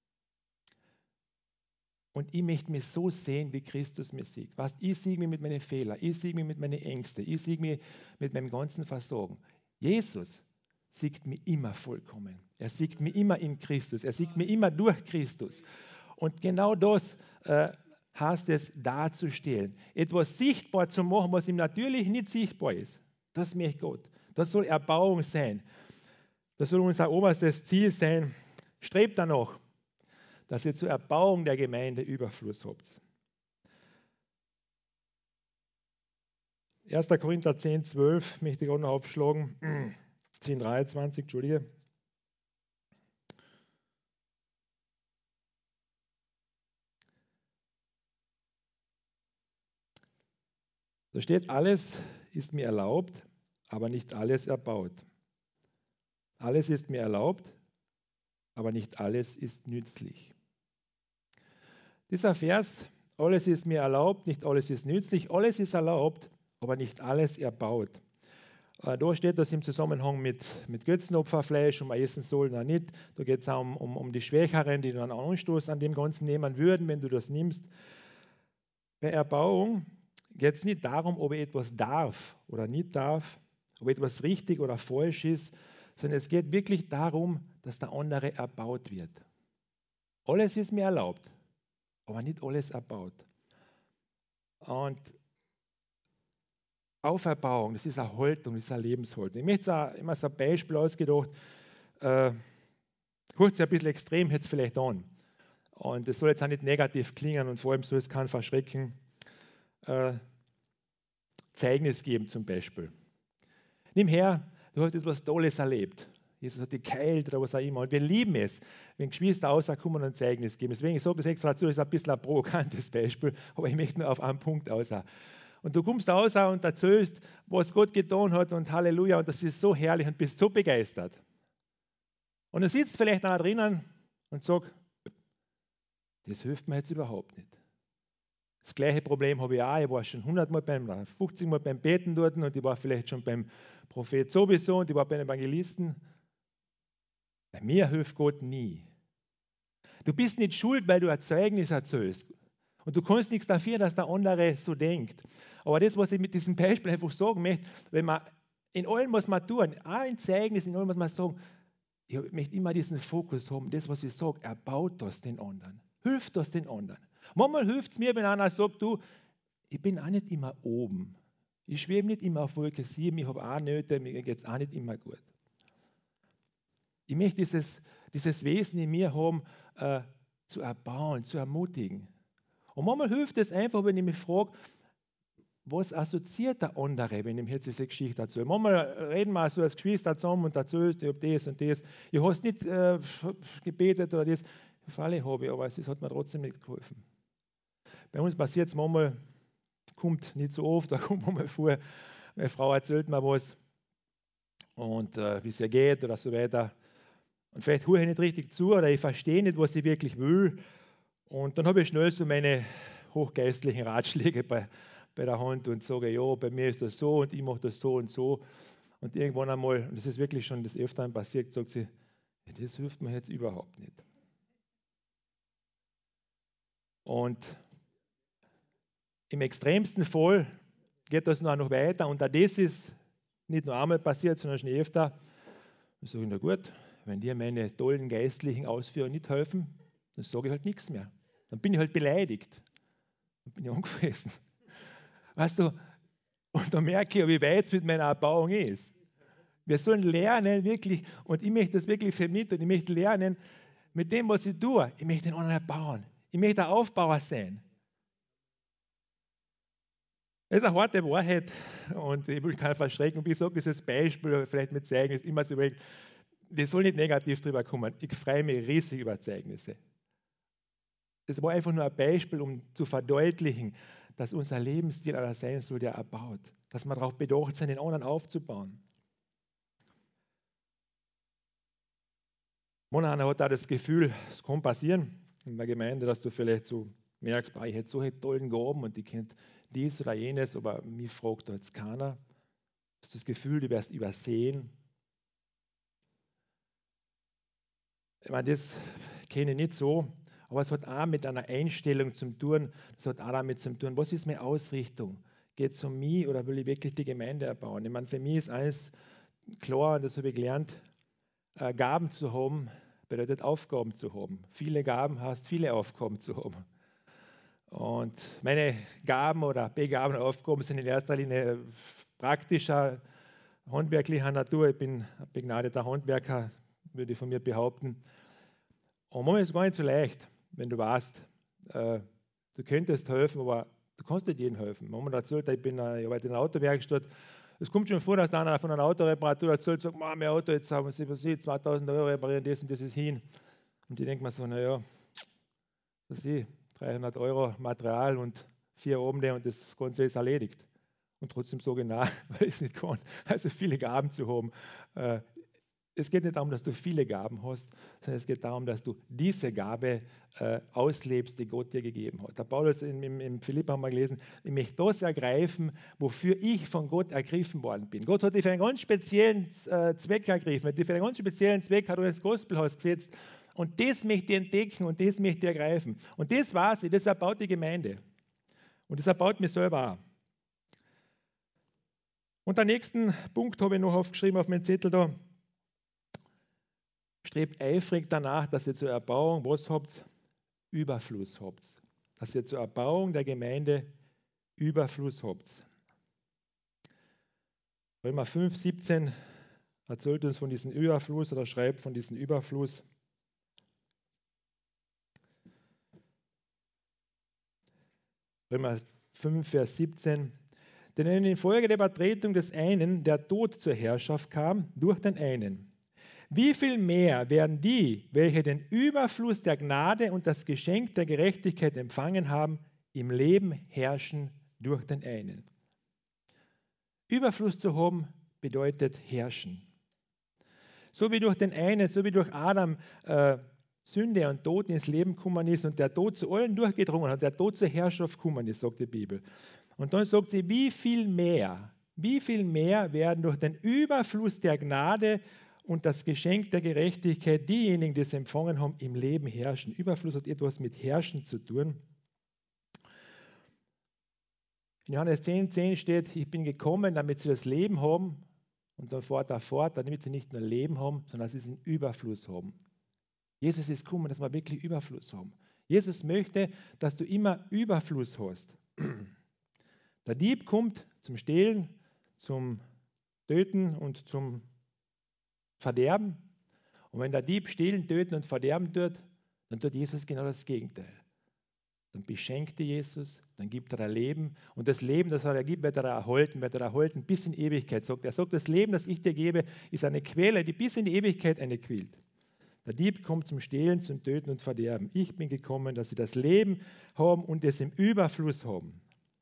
A: Und ich möchte mich so sehen, wie Christus mich sieht. Was, ich sehe mich mit meinen Fehlern, ich sehe mich mit meinen Ängsten, ich sehe mich mit meinem ganzen Versorgen. Jesus sieht mich immer vollkommen. Er sieht mich immer in Christus. Er sieht mich immer durch Christus. Und genau das äh, heißt es, darzustellen. Etwas sichtbar zu machen, was ihm natürlich nicht sichtbar ist. Das möchte Gott. Das soll Erbauung sein. Das soll unser oberstes Ziel sein. Strebt danach, dass ihr zur Erbauung der Gemeinde Überfluss habt. erster Korinther zehn, zwölf möchte ich auch noch aufschlagen. zehn, dreiundzwanzig, Entschuldige. Da steht, alles ist mir erlaubt, aber nicht alles erbaut. Alles ist mir erlaubt, aber nicht alles ist nützlich. Dieser Vers, alles ist mir erlaubt, nicht alles ist nützlich, alles ist erlaubt, aber nicht alles erbaut. Da steht das im Zusammenhang mit, mit Götzenopferfleisch, um essen sollen oder nicht. Da geht es auch um, um, um die Schwächeren, die dann Anstoß an dem Ganzen nehmen würden, wenn du das nimmst. Bei Erbauung geht es nicht darum, ob ich etwas darf oder nicht darf, ob etwas richtig oder falsch ist, sondern es geht wirklich darum, dass der andere erbaut wird. Alles ist mir erlaubt, aber nicht alles erbaut. Und Auferbauung, das ist eine Haltung, das ist eine Lebenshaltung. Ich möchte jetzt immer so ein Beispiel ausgedacht, äh, hört sich ein bisschen extrem jetzt vielleicht an. Und es soll jetzt auch nicht negativ klingen und vor allem soll es keinen verschrecken. Äh, Zeugnis geben zum Beispiel. Nimm her, du hast etwas Tolles erlebt. Jesus hat dich geheilt oder was auch immer. Und wir lieben es, wenn Geschwister rauskommen und ein Zeugnis geben. Deswegen, ich sage das extra dazu, das ist ein bisschen ein provokantes Beispiel, aber ich möchte nur auf einen Punkt raus. Und du kommst raus und erzählst, was Gott getan hat und Halleluja, und das ist so herrlich und bist so begeistert. Und du sitzt vielleicht da drinnen und sagst, das hilft mir jetzt überhaupt nicht. Das gleiche Problem habe ich auch. Ich war schon hundert Mal beim, fünfzig Mal beim Beten dort und ich war vielleicht schon beim Prophet sowieso und ich war beim Evangelisten. Bei mir hilft Gott nie. Du bist nicht schuld, weil du ein Zeugnis erzählst. Und du kannst nichts dafür, dass der andere so denkt. Aber das, was ich mit diesem Beispiel einfach sagen möchte, wenn man in allem, was man tun, auch in Zeugnis, in allem, was man sagen, ich möchte immer diesen Fokus haben, das, was ich sage, erbaut das den anderen. Hilft das den anderen. Manchmal hilft es mir, wenn einer sagt, du, ich bin auch nicht immer oben. Ich schwebe nicht immer auf Wolke sieben, ich habe auch Nöte, mir geht es auch nicht immer gut. Ich möchte dieses, dieses Wesen in mir haben, äh, zu erbauen, zu ermutigen. Und manchmal hilft es einfach, wenn ich mich frage, was assoziiert der andere, wenn ich mir jetzt diese Geschichte erzähle? Manchmal reden wir so als Geschwister zusammen und erzählst, ich habe das und das. Ich habe nicht äh, gebetet oder das. Falle habe ich, aber es hat mir trotzdem nicht geholfen. Bei uns passiert es manchmal, kommt nicht so oft, da kommt manchmal vor, meine Frau erzählt mir was und äh, wie es ihr geht oder so weiter. Und vielleicht höre ich nicht richtig zu oder ich verstehe nicht, was sie wirklich will. Und dann habe ich schnell so meine hochgeistlichen Ratschläge bei, bei der Hand und sage, ja, bei mir ist das so und ich mache das so und so. Und irgendwann einmal, und das ist wirklich schon des Öfteren passiert, sagt sie, ja, das hilft mir jetzt überhaupt nicht. Und im extremsten Fall geht das noch weiter und auch das ist nicht nur einmal passiert, sondern schon öfter. Dann sage ich, na gut, wenn dir meine tollen geistlichen Ausführungen nicht helfen, dann sage ich halt nichts mehr. Dann bin ich halt beleidigt. Dann bin ich angefressen. Weißt du, und da merke ich, wie weit es mit meiner Erbauung ist. Wir sollen lernen, wirklich, und ich möchte das wirklich vermitteln, ich möchte lernen, mit dem, was ich tue, ich möchte den anderen erbauen. Ich möchte ein Aufbauer sein. Das ist eine harte Wahrheit und ich will keinen verschrecken. Und ich sage dieses Beispiel, vielleicht mit Zeugnis, immer so überlegt, das soll nicht negativ drüber kommen. Ich freue mich riesig über Zeugnisse. Das war einfach nur ein Beispiel, um zu verdeutlichen, dass unser Lebensstil einer sein soll, der erbaut. Dass wir darauf bedacht sind, den anderen aufzubauen. Mancher hat auch das Gefühl, es kann passieren in der Gemeinde, dass du vielleicht so merkst, ich hätte solche tollen Gaben und die kennt dies oder jenes, aber mich fragt da jetzt keiner. Hast du das Gefühl, du wirst übersehen? Ich meine, das kenne ich nicht so, aber es hat auch mit einer Einstellung zu tun, das hat auch damit zu tun, was ist meine Ausrichtung? Geht es um mich oder will ich wirklich die Gemeinde erbauen? Ich meine, für mich ist eines klar, und das habe ich gelernt, äh, Gaben zu haben, bedeutet Aufgaben zu haben. Viele Gaben heißt, viele Aufgaben zu haben. Und meine Gaben oder Begaben und Aufgaben sind in erster Linie praktischer, handwerklicher Natur. Ich bin ein begnadeter Handwerker, würde ich von mir behaupten. Und manchmal ist es gar nicht so leicht, wenn du weißt, äh, du könntest helfen, aber du kannst nicht jedem helfen. Manchmal erzählt, ich bin äh, ich arbeite in einer Autowerkstatt. Es kommt schon vor, dass der einer von einer Autoreparatur erzählt, sagt, mein Auto, jetzt haben sie für Sie zweitausend Euro reparieren, das und das ist hin. Und ich denke mir so, naja, für Sie dreihundert Euro Material und vier Abende und das Ganze ist erledigt. Und trotzdem sage ich nein, weil ich es nicht kann. Also viele Gaben zu haben. Äh, Es geht nicht darum, dass du viele Gaben hast, sondern es geht darum, dass du diese Gabe äh, auslebst, die Gott dir gegeben hat. Der Paulus im, im, im Philipp haben wir gelesen, ich möchte das ergreifen, wofür ich von Gott ergriffen worden bin. Gott hat dich für einen ganz speziellen äh, Zweck ergriffen, hat dich für einen ganz speziellen Zweck hat er ins Gospelhaus gesetzt. Und das möchte ich entdecken und das möchte ich ergreifen. Und das weiß ich, das erbaut die Gemeinde. Und das erbaut mich selber auch. Und den nächsten Punkt habe ich noch aufgeschrieben auf meinem Zettel da. Strebt eifrig danach, dass ihr zur Erbauung, was habt? Überfluss habt. Dass ihr zur Erbauung der Gemeinde Überfluss habt. Römer fünf, siebzehn erzählt uns von diesem Überfluss oder schreibt von diesem Überfluss. Römer fünf, Vers siebzehn. Denn in Folge der Übertretung des einen der Tod zur Herrschaft kam, durch den einen. Wie viel mehr werden die, welche den Überfluss der Gnade und das Geschenk der Gerechtigkeit empfangen haben, im Leben herrschen durch den einen? Überfluss zu haben bedeutet herrschen. So wie durch den einen, so wie durch Adam äh, Sünde und Tod ins Leben gekommen ist und der Tod zu allen durchgedrungen hat, der Tod zur Herrschaft gekommen ist, sagt die Bibel. Und dann sagt sie, wie viel mehr, wie viel mehr werden durch den Überfluss der Gnade und das Geschenk der Gerechtigkeit diejenigen, die es empfangen haben, im Leben herrschen. Überfluss hat etwas mit Herrschen zu tun. In Johannes zehn, zehn steht, ich bin gekommen, damit sie das Leben haben. Und dann fährt er fort, damit sie nicht nur Leben haben, sondern dass sie einen Überfluss haben. Jesus ist gekommen, dass wir wirklich Überfluss haben. Jesus möchte, dass du immer Überfluss hast. Der Dieb kommt zum Stehlen, zum Töten und zum Verderben. Und wenn der Dieb stehlen, töten und verderben tut, dann tut Jesus genau das Gegenteil. Dann beschenkt dir Jesus, dann gibt er ein Leben und das Leben, das er gibt, wird er erhalten, wird er erhalten bis in Ewigkeit. Sagt er, sagt, das Leben, das ich dir gebe, ist eine Quelle, die bis in die Ewigkeit eine quillt. Der Dieb kommt zum Stehlen, zum Töten und Verderben. Ich bin gekommen, dass sie das Leben haben und es im Überfluss haben.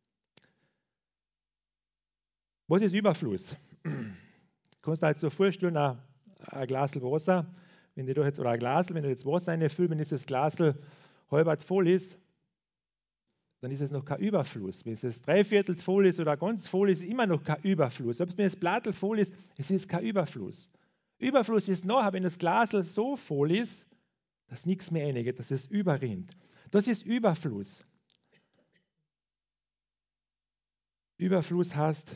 A: Was ist Überfluss? Du kannst dir halt so vorstellen, ein, ein Glas Wasser, wenn du jetzt, oder ein Glas, wenn du jetzt Wasser reinfüllst, wenn dieses Glas halb voll ist, dann ist es noch kein Überfluss. Wenn es dreiviertel voll ist oder ganz voll ist, ist immer noch kein Überfluss. Selbst wenn das Blattel voll ist, es ist kein Überfluss. Überfluss ist nachher, wenn das Glas so voll ist, dass nichts mehr reingeht, dass es überrinnt. Das ist Überfluss. Überfluss heißt,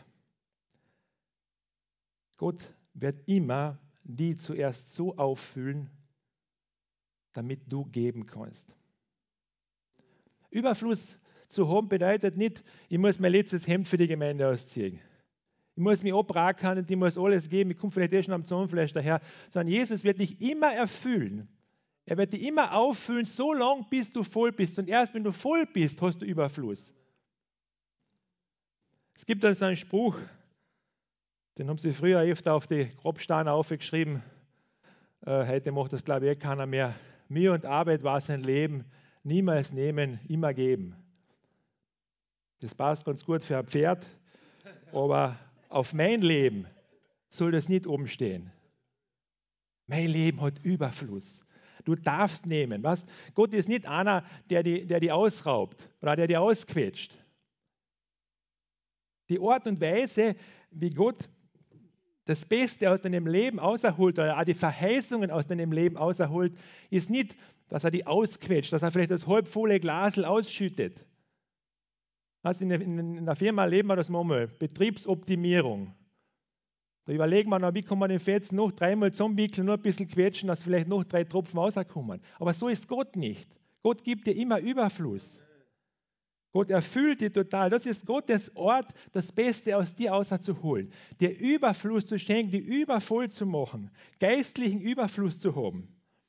A: Gott wird immer die zuerst so auffüllen, damit du geben kannst. Überfluss zu haben bedeutet nicht, ich muss mein letztes Hemd für die Gemeinde ausziehen. Ich muss mich abrackern und ich muss alles geben, ich komme vielleicht eh schon am Zahnfleisch daher, sondern Jesus wird dich immer erfüllen. Er wird dich immer auffüllen, so lange, bis du voll bist. Und erst wenn du voll bist, hast du Überfluss. Es gibt dann so einen Spruch, den haben sie früher öfter auf die Grabsteine aufgeschrieben. Äh, heute macht das, glaube ich, eh keiner mehr. Mühe und Arbeit war sein Leben. Niemals nehmen, immer geben. Das passt ganz gut für ein Pferd, aber auf mein Leben soll das nicht oben stehen. Mein Leben hat Überfluss. Du darfst nehmen. Was? Gott ist nicht einer, der die, der die ausraubt oder der die ausquetscht. Die Art und Weise, wie Gott das Beste aus deinem Leben auserholt oder auch die Verheißungen aus deinem Leben auserholt, ist nicht, dass er die ausquetscht, dass er vielleicht das halbvolle Glasel ausschüttet. Was in, in, in der Firma erleben wir das manchmal. Betriebsoptimierung. Da überlegen wir noch, wie kann man den Fetzen noch dreimal zusammenwickeln, nur ein bisschen quetschen, dass vielleicht noch drei Tropfen rauskommen. Aber so ist Gott nicht. Gott gibt dir immer Überfluss. Gott erfüllt dich total. Das ist Gottes Ort, das Beste aus dir auszuholen. Dir Überfluss zu schenken, die übervoll zu machen, geistlichen Überfluss zu haben.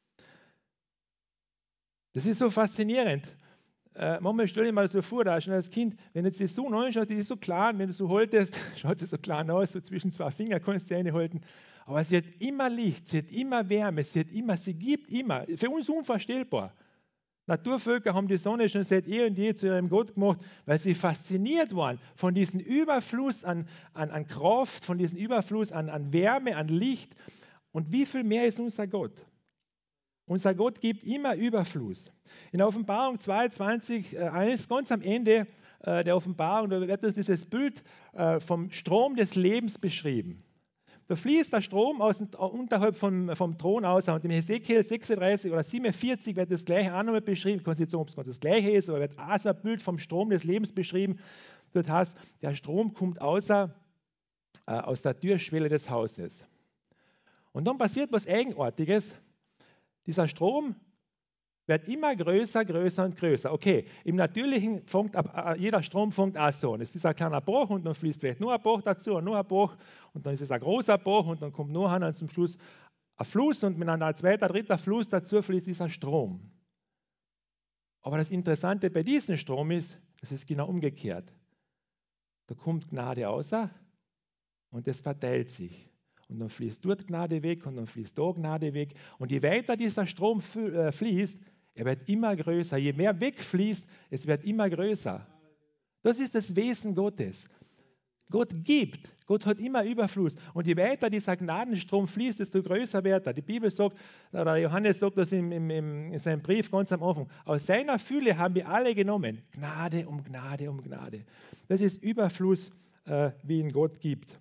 A: Das ist so faszinierend. Äh, manchmal stelle ich mir das so vor, da schon als Kind, wenn jetzt die Sonne anschaut, die ist so klein, wenn du so haltest, schaut sie so klein aus, so zwischen zwei Fingern kannst du sie reinhalten. Aber sie hat immer Licht, sie hat immer Wärme, sie hat immer, sie gibt immer. Für uns unvorstellbar. Naturvölker haben die Sonne schon seit eh und je zu ihrem Gott gemacht, weil sie fasziniert waren von diesem Überfluss an, an, an Kraft, von diesem Überfluss an, an Wärme, an Licht. Und wie viel mehr ist unser Gott? Unser Gott gibt immer Überfluss. In Offenbarung zweiundzwanzig, eins, ganz am Ende äh, der Offenbarung, da wird uns dieses Bild äh, vom Strom des Lebens beschrieben. Da fließt der Strom aus, unterhalb vom, vom Thron aus. Und im Hesekiel sechsunddreißig oder siebenundvierzig wird das gleiche auch nochmal beschrieben. Ich kann nicht sagen, ob es das gleiche ist, aber wird auch so ein Bild vom Strom des Lebens beschrieben. Dort heißt, der Strom kommt außer, äh, aus der Türschwelle des Hauses. Und dann passiert was Eigenartiges. Dieser Strom wird immer größer, größer und größer. Okay, im Natürlichen fängt ab, jeder Strom fängt auch so an. Es ist ein kleiner Bach und dann fließt vielleicht nur ein Bach dazu und nur ein Bach und dann ist es ein großer Bach und dann kommt noch einer und zum Schluss ein Fluss und wenn dann ein zweiter, dritter Fluss dazu fließt, ist ein Strom. Aber das Interessante bei diesem Strom ist, es ist genau umgekehrt. Da kommt Gnade außer und es verteilt sich. Und dann fließt dort Gnade weg und dann fließt da Gnade weg. Und je weiter dieser Strom fließt, er wird immer größer. Je mehr wegfließt, es wird immer größer. Das ist das Wesen Gottes. Gott gibt. Gott hat immer Überfluss. Und je weiter dieser Gnadenstrom fließt, desto größer wird er. Die Bibel sagt, oder Johannes sagt das im, im, im, in seinem Brief ganz am Anfang, aus seiner Fülle haben wir alle genommen. Gnade um Gnade um Gnade. Das ist Überfluss, äh, wie ihn Gott gibt.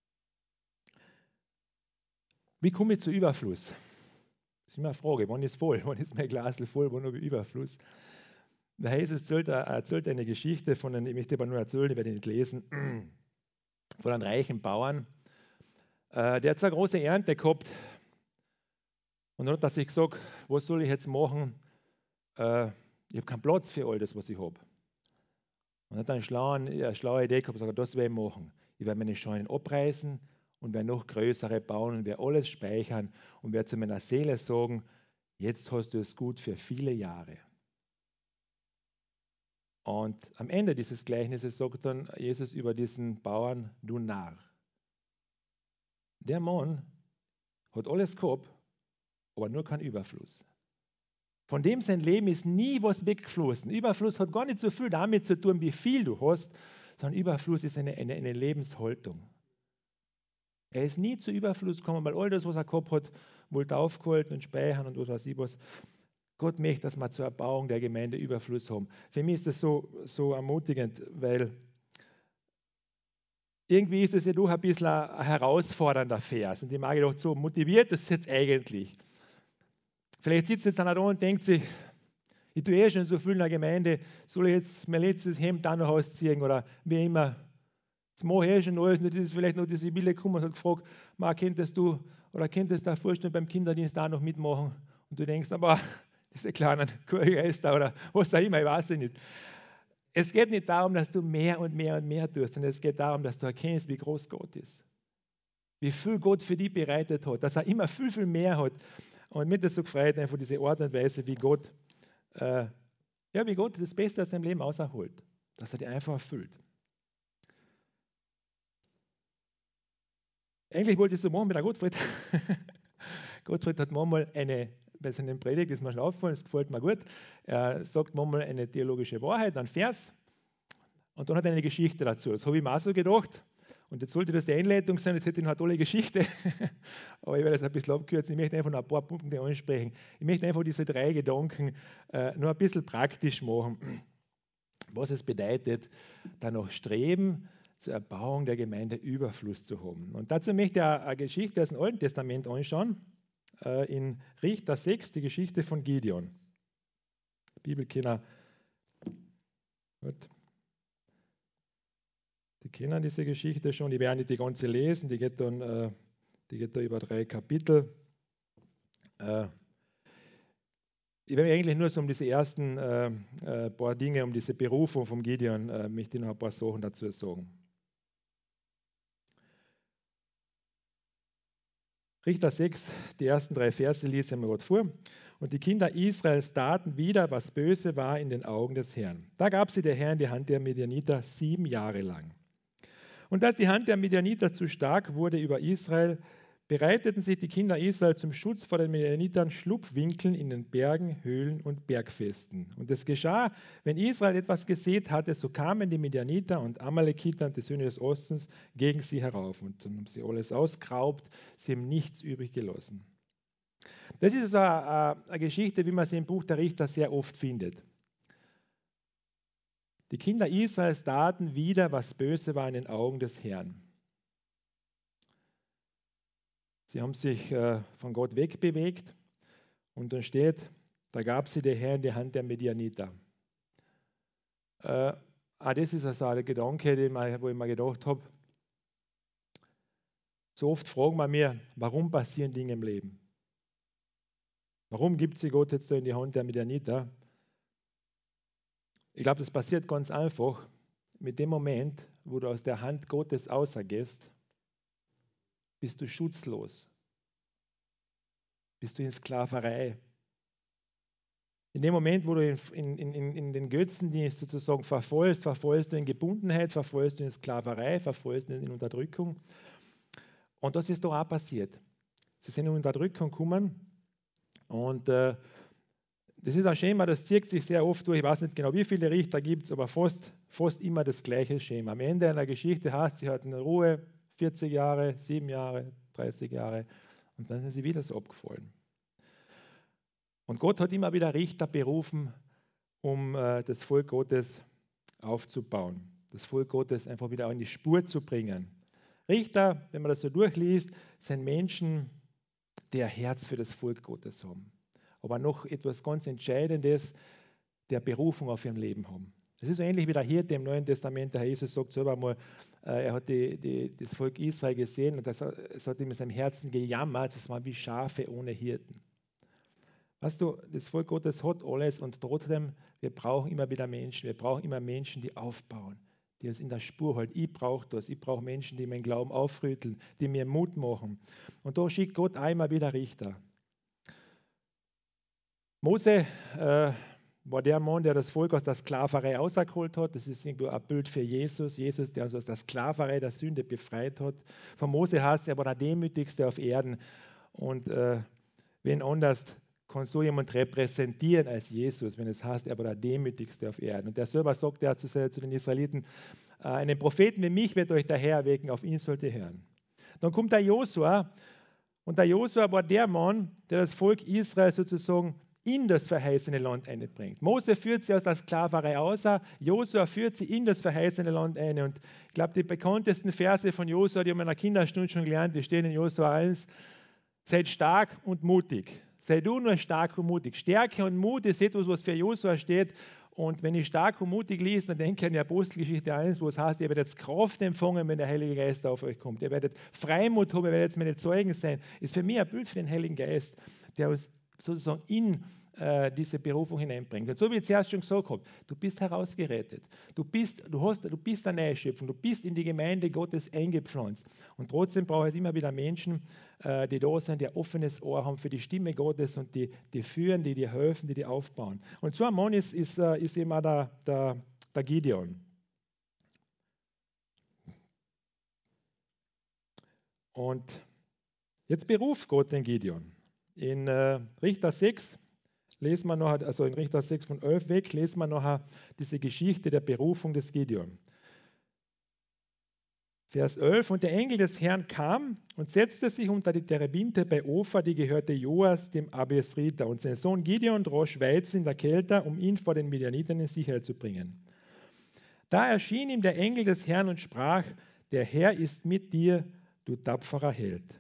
A: Wie komme ich zu Überfluss? Das ist immer eine Frage, wann ist voll? Wann ist mein Glas voll? Wann habe ich Überfluss? Der Jesus erzählt, erzählt eine Geschichte von einem, ich möchte aber nur erzählen, ich werde nicht lesen, von einem reichen Bauern. Der hat so eine große Ernte gehabt und dann hat er sich gesagt, was soll ich jetzt machen? Ich habe keinen Platz für all das, was ich habe. Und hat eine schlaue, eine schlaue Idee gehabt und gesagt, das werde ich machen. Ich werde meine Scheunen abreißen und werde noch größere bauen und werde alles speichern und werde zu meiner Seele sagen, Jetzt hast du es gut für viele Jahre. Und am Ende dieses Gleichnisses sagt dann Jesus über diesen Bauern, du Narr. Der Mann hat alles gehabt, aber nur keinen Überfluss. Von dem sein Leben ist nie was weggeflossen. Überfluss hat gar nicht so viel damit zu tun, wie viel du hast, sondern Überfluss ist eine, eine, eine Lebenshaltung. Er ist nie zu Überfluss gekommen, weil all das, was er gehabt hat, wollte aufgehalten und speichern und was weiß ich was. Gott möchte, dass wir zur Erbauung der Gemeinde Überfluss haben. Für mich ist das so, so ermutigend, weil irgendwie ist das ja doch ein bisschen ein herausfordernder Vers. Und ich mag gedacht, so motiviert das jetzt eigentlich. Vielleicht sitzt jetzt einer da und denkt sich, ich tue eh schon so viel in der Gemeinde, soll ich jetzt mein letztes Hemd auch noch ausziehen oder wie immer. Jetzt mache ich eh schon alles, und das ist vielleicht noch die Sibylle gekommen und hat gefragt, Ma, könntest du oder könntest du dir vorstellen, beim Kinderdienst auch noch mitmachen? Und du denkst, aber diese kleinen Kurgeister oder was auch immer, ich weiß es nicht. Es geht nicht darum, dass du mehr und mehr und mehr tust, sondern es geht darum, dass du erkennst, wie groß Gott ist. Wie viel Gott für dich bereitet hat, dass er immer viel, viel mehr hat. Und mir hat das so gefreut, einfach diese Art und Weise, wie Gott, äh, ja, wie Gott das Beste aus deinem Leben auserholt. Dass er dich einfach erfüllt. Eigentlich wollte ich so machen mit der Gottfried. Gottfried hat manchmal eine, bei seinen Predigt ist mir schon aufgefallen, das gefällt mir gut, er sagt manchmal eine theologische Wahrheit, einen Vers, und dann hat er eine Geschichte dazu. Das habe ich mir auch so gedacht. Und jetzt sollte das die Einleitung sein, jetzt hätte ich noch eine tolle Geschichte. Aber ich werde das ein bisschen abkürzen. Ich möchte einfach noch ein paar Punkte ansprechen. Ich möchte einfach diese drei Gedanken äh, noch ein bisschen praktisch machen, was es bedeutet, danach streben, zur Erbauung der Gemeinde Überfluss zu haben. Und dazu möchte ich eine Geschichte aus dem Alten Testament anschauen, äh, in Richter sechs, die Geschichte von Gideon. Bibelkinder, gut. Die kennen diese Geschichte schon, die werden nicht die ganze lesen, die geht dann, äh, die geht da über drei Kapitel. Äh, ich werde mich eigentlich nur so um diese ersten äh, äh, paar Dinge, um diese Berufung von Gideon, äh, möchte ich noch ein paar Sachen dazu sagen. Richter sechs, die ersten drei Verse lese ich mir gerade vor. Und die Kinder Israels taten wieder, was böse war in den Augen des Herrn. Da gab sie der Herr in die Hand der Midianiter sieben Jahre lang. Und als die Hand der Midianiter zu stark wurde über Israel, bereiteten sich die Kinder Israel zum Schutz vor den Midianitern Schlupfwinkeln in den Bergen, Höhlen und Bergfesten. Und es geschah, wenn Israel etwas gesät hatte, so kamen die Midianiter und Amalekiter und die Söhne des Ostens gegen sie herauf. Und dann haben sie alles ausgeraubt, sie haben nichts übrig gelassen. Das ist also eine, eine Geschichte, wie man sie im Buch der Richter sehr oft findet. Die Kinder Israels taten wieder, was böse war in den Augen des Herrn. Sie haben sich äh, von Gott wegbewegt und dann steht, da gab sie der Herr in die Hand der Midianiter. Äh, ah, das ist also ein Gedanke, den ich, wo ich mir gedacht habe, so oft fragen wir mir, warum passieren Dinge im Leben? Warum gibt sie Gott jetzt so in die Hand der Midianiter? Ich glaube, das passiert ganz einfach mit dem Moment, wo du aus der Hand Gottes ausergehst, bist du schutzlos, bist du in Sklaverei. In dem Moment, wo du in, in, in, in den Götzendienst sozusagen verfallst, verfallst du in Gebundenheit, verfallst du in Sklaverei, verfallst du in Unterdrückung. Und das ist da auch passiert. Sie sind in Unterdrückung gekommen und äh, das ist ein Schema, das zieht sich sehr oft durch. Ich weiß nicht genau, wie viele Richter gibt es, aber fast, fast immer das gleiche Schema. Am Ende einer Geschichte heißt, sie hatten Ruhe, vierzig Jahre, sieben Jahre, dreißig Jahre und dann sind sie wieder so abgefallen. Und Gott hat immer wieder Richter berufen, um äh, das Volk Gottes aufzubauen, das Volk Gottes einfach wieder in die Spur zu bringen. Richter, wenn man das so durchliest, sind Menschen, die ein Herz für das Volk Gottes haben. Aber noch etwas ganz Entscheidendes, der Berufung auf ihrem Leben haben. Das ist so ähnlich wie der Hirte im Neuen Testament. Der Herr Jesus sagt selber mal, äh, er hat die, die, das Volk Israel gesehen und das, es hat ihm in seinem Herzen gejammert, es waren wie Schafe ohne Hirten. Weißt du, das Volk Gottes hat alles und trotzdem, wir brauchen immer wieder Menschen, wir brauchen immer Menschen, die aufbauen, die uns in der Spur halten. Ich brauche das, ich brauche Menschen, die meinen Glauben aufrütteln, die mir Mut machen. Und da schickt Gott einmal wieder Richter. Mose äh, war der Mann, der das Volk aus der Sklaverei rausgeholt hat. Das ist irgendwo ein Bild für Jesus. Jesus, der uns aus der Sklaverei der Sünde befreit hat. Von Mose heißt es, er war der Demütigste auf Erden. Und äh, wen anders kann so jemand repräsentieren als Jesus, wenn es heißt, er war der Demütigste auf Erden. Und der selber sagt ja zu, zu den Israeliten, äh, einen Propheten wie mich wird euch der Herr erwecken, auf ihn sollt ihr hören. Dann kommt der Josua, und der Josua war der Mann, der das Volk Israel sozusagen in das verheißene Land einbringt. Mose führt sie aus der Sklaverei aus, Josua führt sie in das verheißene Land ein. Und ich glaube, die bekanntesten Verse von Josua, die haben wir in der Kinderstunde schon gelernt, die stehen in Josua eins. Seid stark und mutig. Sei du nur stark und mutig. Stärke und Mut ist etwas, was für Josua steht. Und wenn ich stark und mutig lese, dann denke ich an die Apostelgeschichte eins, wo es heißt, ihr werdet Kraft empfangen, wenn der Heilige Geist auf euch kommt. Ihr werdet Freimut haben, ihr werdet meine Zeugen sein. Ist für mich ein Bild für den Heiligen Geist, der uns sozusagen in äh, diese Berufung hineinbringt. Und so wie ich zuerst schon gesagt habe, du bist herausgerettet. Du bist, du hast, du bist eine neue Schöpfung. Du bist in die Gemeinde Gottes eingepflanzt. Und trotzdem braucht es immer wieder Menschen, äh, die da sind, die ein offenes Ohr haben für die Stimme Gottes und die, die führen, die dir helfen, die dir aufbauen. Und so ein Mann ist, ist, äh, ist eben auch der, der, der Gideon. Und jetzt beruft Gott den Gideon. In äh, Richter sechs lesen wir noch, also in Richter sechs von elf weg, lesen wir noch diese Geschichte der Berufung des Gideon. Vers elf, und der Engel des Herrn kam und setzte sich unter die Terebinte bei Opha, die gehörte Joas, dem Abesriter, und sein Sohn Gideon drosch Weizen in der Kälte, um ihn vor den Midianitern in Sicherheit zu bringen. Da erschien ihm der Engel des Herrn und sprach, der Herr ist mit dir, du tapferer Held.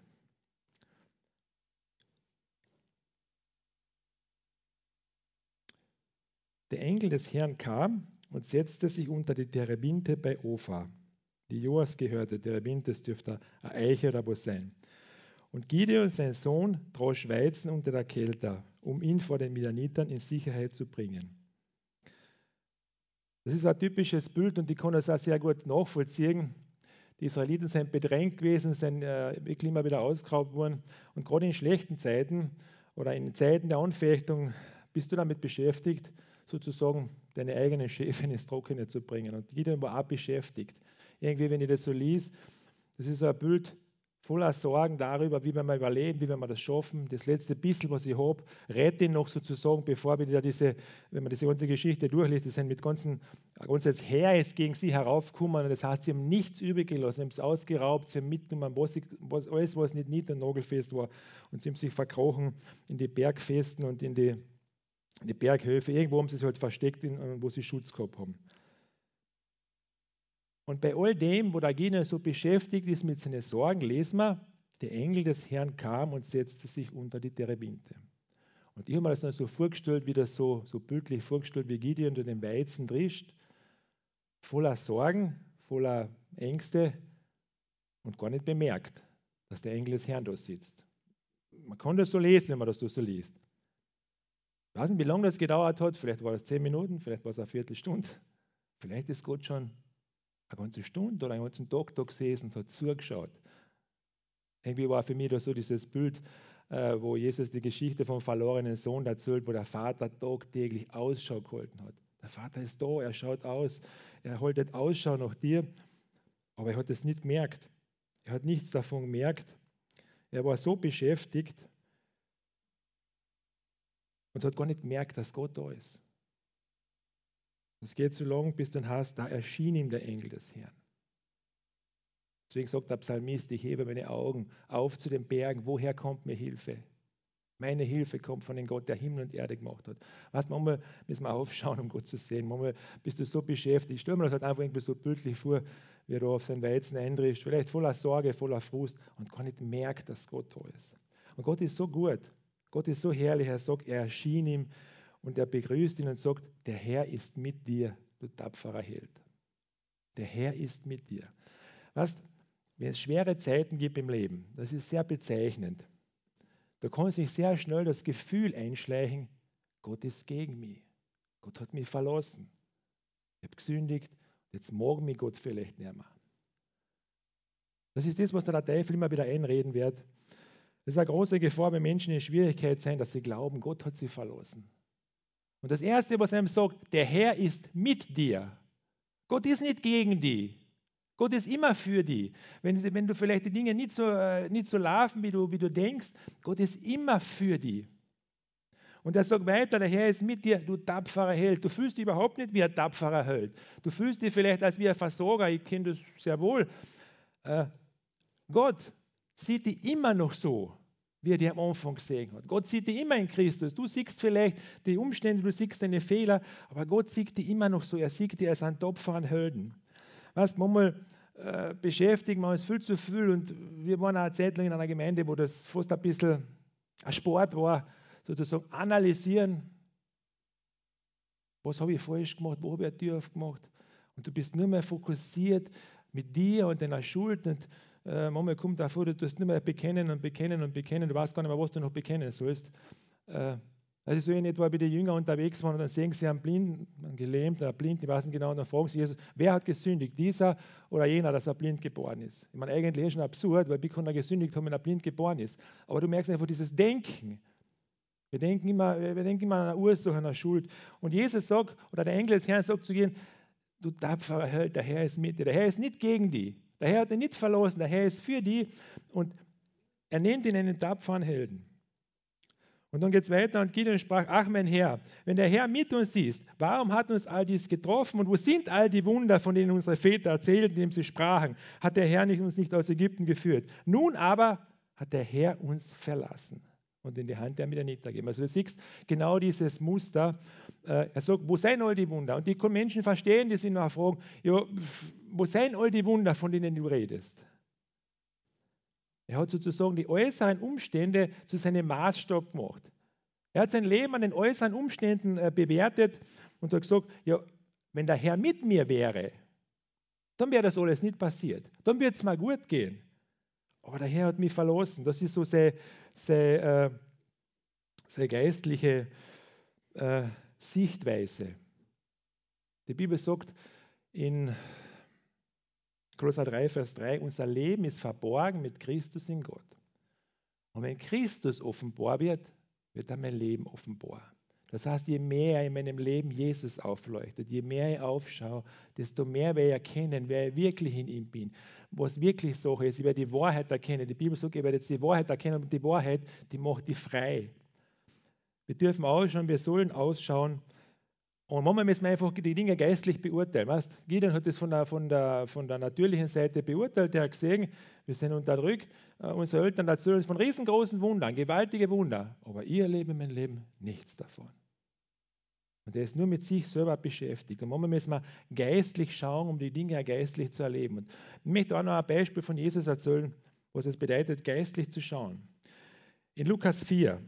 A: Der Engel des Herrn kam und setzte sich unter die Terebinte bei Opha, die Joas gehörte. Terebinte, das dürfte eine Eiche oder was sein. Und Gideon, sein Sohn, drosch Weizen unter der Kälte, um ihn vor den Midianitern in Sicherheit zu bringen. Das ist ein typisches Bild und ich kann das auch sehr gut nachvollziehen. Die Israeliten sind bedrängt gewesen, sind äh, wirklich immer wieder ausgeraubt worden. Und gerade in schlechten Zeiten oder in Zeiten der Anfechtung bist du damit beschäftigt, sozusagen deine eigenen Schäfchen ins Trockene zu bringen. Und Gideon war auch beschäftigt. Irgendwie, wenn ich das so liest, das ist so ein Bild voller Sorgen darüber, wie wir mal überleben, wie wir das schaffen. Das letzte bisschen, was ich habe, rette ich noch sozusagen, bevor wir wieder diese, wenn man diese ganze Geschichte durchliest, die sind mit ganzen, ein ganzes Heer ist gegen sie heraufgekommen und das heißt, sie haben nichts übrig gelassen, sie haben es ausgeraubt, sie haben mitgenommen, was, was, alles, was nicht nied- und nagelfest war und sie haben sich verkrochen in die Bergfesten und in die, in die Berghöfe. Irgendwo haben sie sich halt versteckt, in, wo sie Schutz gehabt haben. Und bei all dem, wo der Gideon so beschäftigt ist mit seinen Sorgen, lesen wir, der Engel des Herrn kam und setzte sich unter die Terebinte. Und ich habe mir das dann so vorgestellt, wie das so, so bildlich vorgestellt, wie Gideon unter dem Weizen drischt, voller Sorgen, voller Ängste und gar nicht bemerkt, dass der Engel des Herrn da sitzt. Man kann das so lesen, wenn man das so liest. Ich weiß nicht, wie lange das gedauert hat, vielleicht war es zehn Minuten, vielleicht war es eine Viertelstunde, vielleicht ist Gott schon eine ganze Stunde oder einen ganzen Tag da gesessen und hat zugeschaut. Irgendwie war für mich da so dieses Bild, äh, wo Jesus die Geschichte vom verlorenen Sohn erzählt, wo der Vater tagtäglich Ausschau gehalten hat. Der Vater ist da, er schaut aus, er haltet Ausschau nach dir, aber er hat es nicht gemerkt. Er hat nichts davon gemerkt. Er war so beschäftigt und hat gar nicht gemerkt, dass Gott da ist. Es geht so lang, bis dann heißt, da erschien ihm der Engel des Herrn. Deswegen sagt der Psalmist, ich hebe meine Augen auf zu den Bergen, woher kommt mir Hilfe? Meine Hilfe kommt von dem Gott, der Himmel und Erde gemacht hat. Weißt, manchmal müssen wir aufschauen, um Gott zu sehen. Manchmal bist du so beschäftigt. Ich stelle mir das halt einfach irgendwie so bildlich vor, wie er da auf sein Weizen eindrischt, vielleicht voller Sorge, voller Frust und gar nicht merkt, dass Gott da ist. Und Gott ist so gut. Gott ist so herrlich. Er sagt, er erschien ihm und er begrüßt ihn und sagt, der Herr ist mit dir, du tapferer Held. Der Herr ist mit dir. Weißt, wenn es schwere Zeiten gibt im Leben, das ist sehr bezeichnend. Da kann sich sehr schnell das Gefühl einschleichen, Gott ist gegen mich. Gott hat mich verlassen. Ich habe gesündigt, jetzt mag mich Gott vielleicht nicht mehr. Das ist das, was der Teufel immer wieder einreden wird. Das ist eine große Gefahr, wenn Menschen in Schwierigkeit sind, dass sie glauben, Gott hat sie verlassen. Und das Erste, was er ihm sagt, der Herr ist mit dir. Gott ist nicht gegen die. Gott ist immer für die. Wenn, wenn du vielleicht die Dinge nicht so, äh, nicht so laufen, wie du, wie du denkst, Gott ist immer für die. Und er sagt weiter, der Herr ist mit dir, du tapferer Held. Du fühlst dich überhaupt nicht wie ein tapferer Held. Du fühlst dich vielleicht als wie ein Versorger, ich kenne das sehr wohl. Äh, Gott sieht dich immer noch so, wie er dich am Anfang gesehen hat. Gott sieht dich immer in Christus. Du siehst vielleicht die Umstände, du siehst deine Fehler, aber Gott sieht dich immer noch so. Er sieht dich als einen tapferen Helden. Weißt, manchmal äh, beschäftigen wir uns viel zu viel und wir waren auch eine Zeit lang in einer Gemeinde, wo das fast ein bisschen ein Sport war, sozusagen analysieren, was habe ich falsch gemacht, wo habe ich eine Tür aufgemacht, und du bist nur mehr fokussiert mit dir und deiner Schuld und äh, manchmal kommt davor, du tust nur mehr bekennen und bekennen und bekennen, du weißt gar nicht mehr, was du noch bekennen sollst. Äh, das ist so ähnlich, etwa, wie die Jünger unterwegs waren und dann sehen sie einen Blinden, einen Gelähmten, einen Blinden, ich weiß nicht genau, und dann fragen sie Jesus, wer hat gesündigt, dieser oder jener, dass er blind geboren ist. Ich meine, eigentlich ist es schon absurd, weil wie kann er gesündigt haben, wenn er blind geboren ist. Aber du merkst einfach dieses Denken. Wir denken immer, wir denken immer an eine Ursache, an eine Schuld. Und Jesus sagt, oder der Engel des Herrn sagt zu ihnen, du tapferer Held, der Herr ist mit dir. Der Herr ist nicht gegen die. Der Herr hat ihn nicht verlassen, der Herr ist für die. Und er nennt ihn einen tapferen Helden. Und dann geht es weiter und Gideon sprach, ach mein Herr, wenn der Herr mit uns ist, warum hat uns all dies getroffen und wo sind all die Wunder, von denen unsere Väter erzählten, indem sie sprachen, hat der Herr nicht, uns nicht aus Ägypten geführt. Nun aber hat der Herr uns verlassen und in die Hand der Midianiter gegeben. Also du siehst genau dieses Muster. Er sagt, wo sind all die Wunder? Und die Menschen verstehen das in einer Frage, ja, wo sind all die Wunder, von denen du redest? Er hat sozusagen die äußeren Umstände zu seinem Maßstab gemacht. Er hat sein Leben an den äußeren Umständen äh, bewertet und hat gesagt, ja, wenn der Herr mit mir wäre, dann wäre das alles nicht passiert. Dann würde es mal gut gehen. Aber der Herr hat mich verlassen. Das ist so seine, seine, äh, seine geistliche äh, Sichtweise. Die Bibel sagt in Kolosser drei, Vers drei, unser Leben ist verborgen mit Christus in Gott. Und wenn Christus offenbar wird, wird dann mein Leben offenbar. Das heißt, je mehr in meinem Leben Jesus aufleuchtet, je mehr ich aufschaue, desto mehr werde ich erkennen, wer ich wirklich in ihm bin, was wirklich Sache ist. Ich werde die Wahrheit erkennen. Die Bibel sagt, ich werde jetzt die Wahrheit erkennen und die Wahrheit, die macht die frei. Wir dürfen ausschauen, wir sollen ausschauen. Und manchmal müssen wir einfach die Dinge geistlich beurteilen. Weißt? Gideon hat das von der, von, der, von der natürlichen Seite beurteilt. Er hat gesehen, wir sind unterdrückt. Uh, unsere Eltern erzählen uns von riesengroßen Wundern, gewaltige Wunder. Aber ich erlebe in meinem Leben nichts davon. Und er ist nur mit sich selber beschäftigt. Und manchmal müssen wir geistlich schauen, um die Dinge geistlich zu erleben. Und ich möchte auch noch ein Beispiel von Jesus erzählen, was es bedeutet, geistlich zu schauen. In Lukas vier.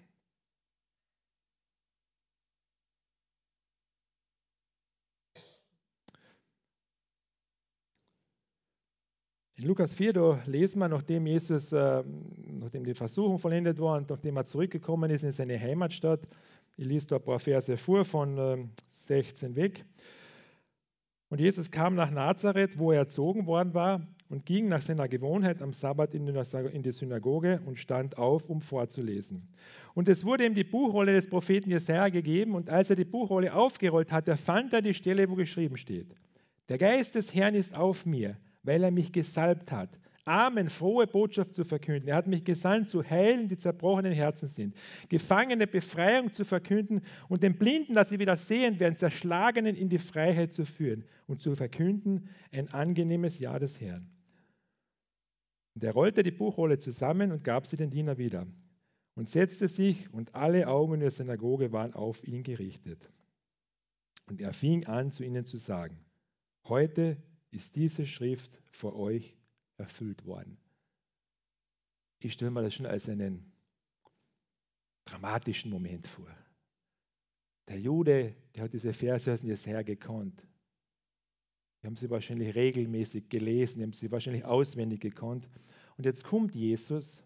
A: In Lukas vier, da lesen wir, nachdem Jesus, äh, nachdem die Versuchung vollendet war und nachdem er zurückgekommen ist in seine Heimatstadt, ich lese da ein paar Verse vor, von äh, sechzehn weg. Und Jesus kam nach Nazareth, wo er erzogen worden war, und ging nach seiner Gewohnheit am Sabbat in die Synagoge und stand auf, um vorzulesen. Und es wurde ihm die Buchrolle des Propheten Jesaja gegeben, und als er die Buchrolle aufgerollt hatte, fand er die Stelle, wo geschrieben steht: Der Geist des Herrn ist auf mir, weil er mich gesalbt hat, Armen frohe Botschaft zu verkünden. Er hat mich gesandt, zu heilen, die zerbrochenen Herzen sind, Gefangene Befreiung zu verkünden und den Blinden, dass sie wieder sehen werden, Zerschlagenen in die Freiheit zu führen und zu verkünden ein angenehmes Jahr des Herrn. Und er rollte die Buchrolle zusammen und gab sie den Diener wieder und setzte sich, und alle Augen in der Synagoge waren auf ihn gerichtet. Und er fing an, zu ihnen zu sagen: Heute ist diese Schrift vor euch erfüllt worden. Ich stelle mir das schon als einen dramatischen Moment vor. Der Jude, der hat diese Verse aus Jesaja gekannt. Die haben sie wahrscheinlich regelmäßig gelesen, die haben sie wahrscheinlich auswendig gekannt. Und jetzt kommt Jesus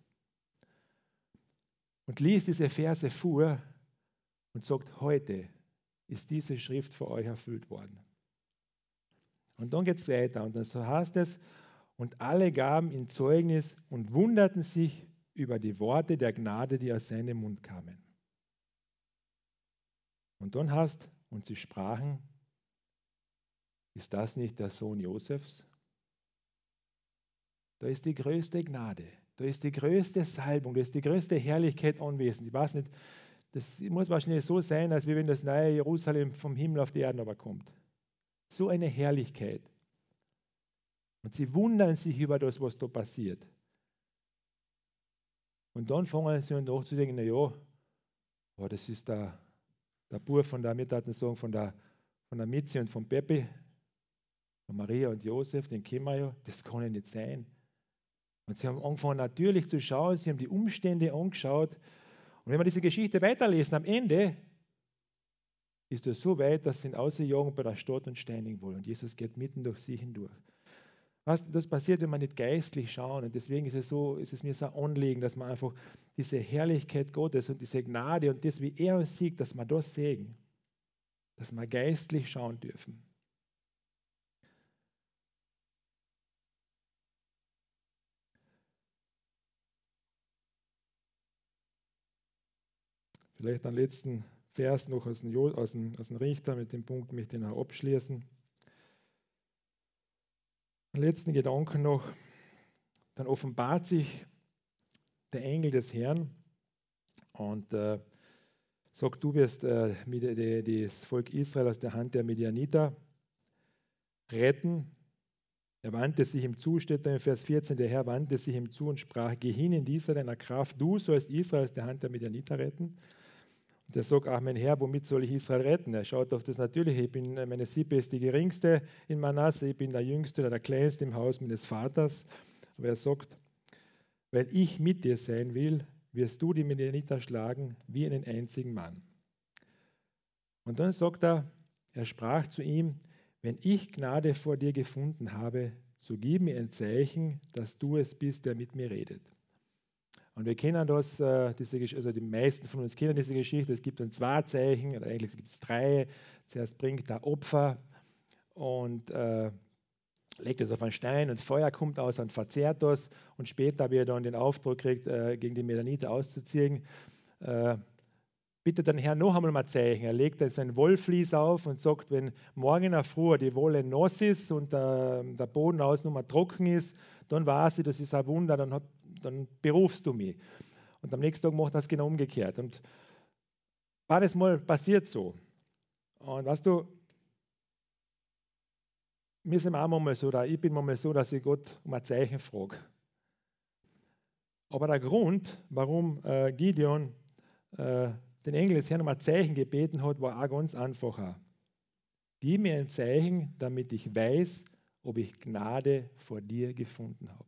A: und liest diese Verse vor und sagt: Heute ist diese Schrift vor euch erfüllt worden. Und dann geht es weiter und dann so heißt es: Und alle gaben ihm Zeugnis und wunderten sich über die Worte der Gnade, die aus seinem Mund kamen. Und dann heißt, und sie sprachen, ist das nicht der Sohn Josefs? Da ist die größte Gnade, da ist die größte Salbung, da ist die größte Herrlichkeit anwesend. Ich weiß nicht, das muss wahrscheinlich so sein, als wenn das neue Jerusalem vom Himmel auf die Erde aber kommt. So eine Herrlichkeit. Und sie wundern sich über das, was da passiert. Und dann fangen sie an nachzudenken, na ja, oh, das ist der, der Bub von der, Mitarbeiter sagen, von der, von der Mitzi und von Peppi, von Maria und Josef, den kennen wir ja, das kann ja nicht sein. Und sie haben angefangen natürlich zu schauen, sie haben die Umstände angeschaut. Und wenn wir diese Geschichte weiterlesen, am Ende ist es so weit, dass sie ihn ausjagen bei der Stadt und steinigen wollen. Und Jesus geht mitten durch sie hindurch. Was, das passiert, wenn wir nicht geistlich schauen. Und deswegen ist es, so, ist es mir so ein Anliegen, dass wir einfach diese Herrlichkeit Gottes und diese Gnade und das, wie er uns sieht, dass wir das sehen. Dass wir geistlich schauen dürfen. Vielleicht einen letzten Vers noch aus dem, jo aus dem, aus dem Richter, mit dem Punkt möchte ich noch abschließen. Einen letzten Gedanken noch. Dann offenbart sich der Engel des Herrn und äh, sagt, du wirst äh, die, die, das Volk Israel aus der Hand der Midianiter retten. Er wandte sich ihm zu, steht da in Vers vierzehn, der Herr wandte sich ihm zu und sprach, geh hin in dieser deiner Kraft, du sollst Israel aus der Hand der Midianiter retten. Und er sagt, ach mein Herr, womit soll ich Israel retten? Er schaut auf das Natürliche, ich bin, meine Sippe ist die geringste in Manasse, ich bin der Jüngste oder der Kleinste im Haus meines Vaters. Aber er sagt, weil ich mit dir sein will, wirst du die Midianiter schlagen wie einen einzigen Mann. Und dann sagt er, er sprach zu ihm, wenn ich Gnade vor dir gefunden habe, so gib mir ein Zeichen, dass du es bist, der mit mir redet. Und wir kennen das, äh, diese, also die meisten von uns kennen diese Geschichte, es gibt dann zwei Zeichen, oder eigentlich gibt es drei. Zuerst bringt er Opfer und äh, legt es auf einen Stein und Feuer kommt aus und verzehrt das. Und später, wie er dann den Auftrag kriegt, äh, gegen die Midianiter auszuziehen, äh, bittet den Herrn noch einmal mal Zeichen. Er legt sein Wollvlies auf und sagt, wenn morgen in der Früh die Wolle nass ist und der, der Boden außen mal trocken ist, dann weiß ich, das ist ein Wunder, dann, hat, dann berufst du mich. Und am nächsten Tag macht das genau umgekehrt. Und beides Mal passiert so. Und weißt du, wir sind auch manchmal so, oder ich bin manchmal so, dass ich Gott um ein Zeichen frage. Aber der Grund, warum äh, Gideon äh, den Engel des Herrn um ein Zeichen gebeten hat, war auch ganz einfacher. Gib mir ein Zeichen, damit ich weiß, ob ich Gnade vor dir gefunden habe.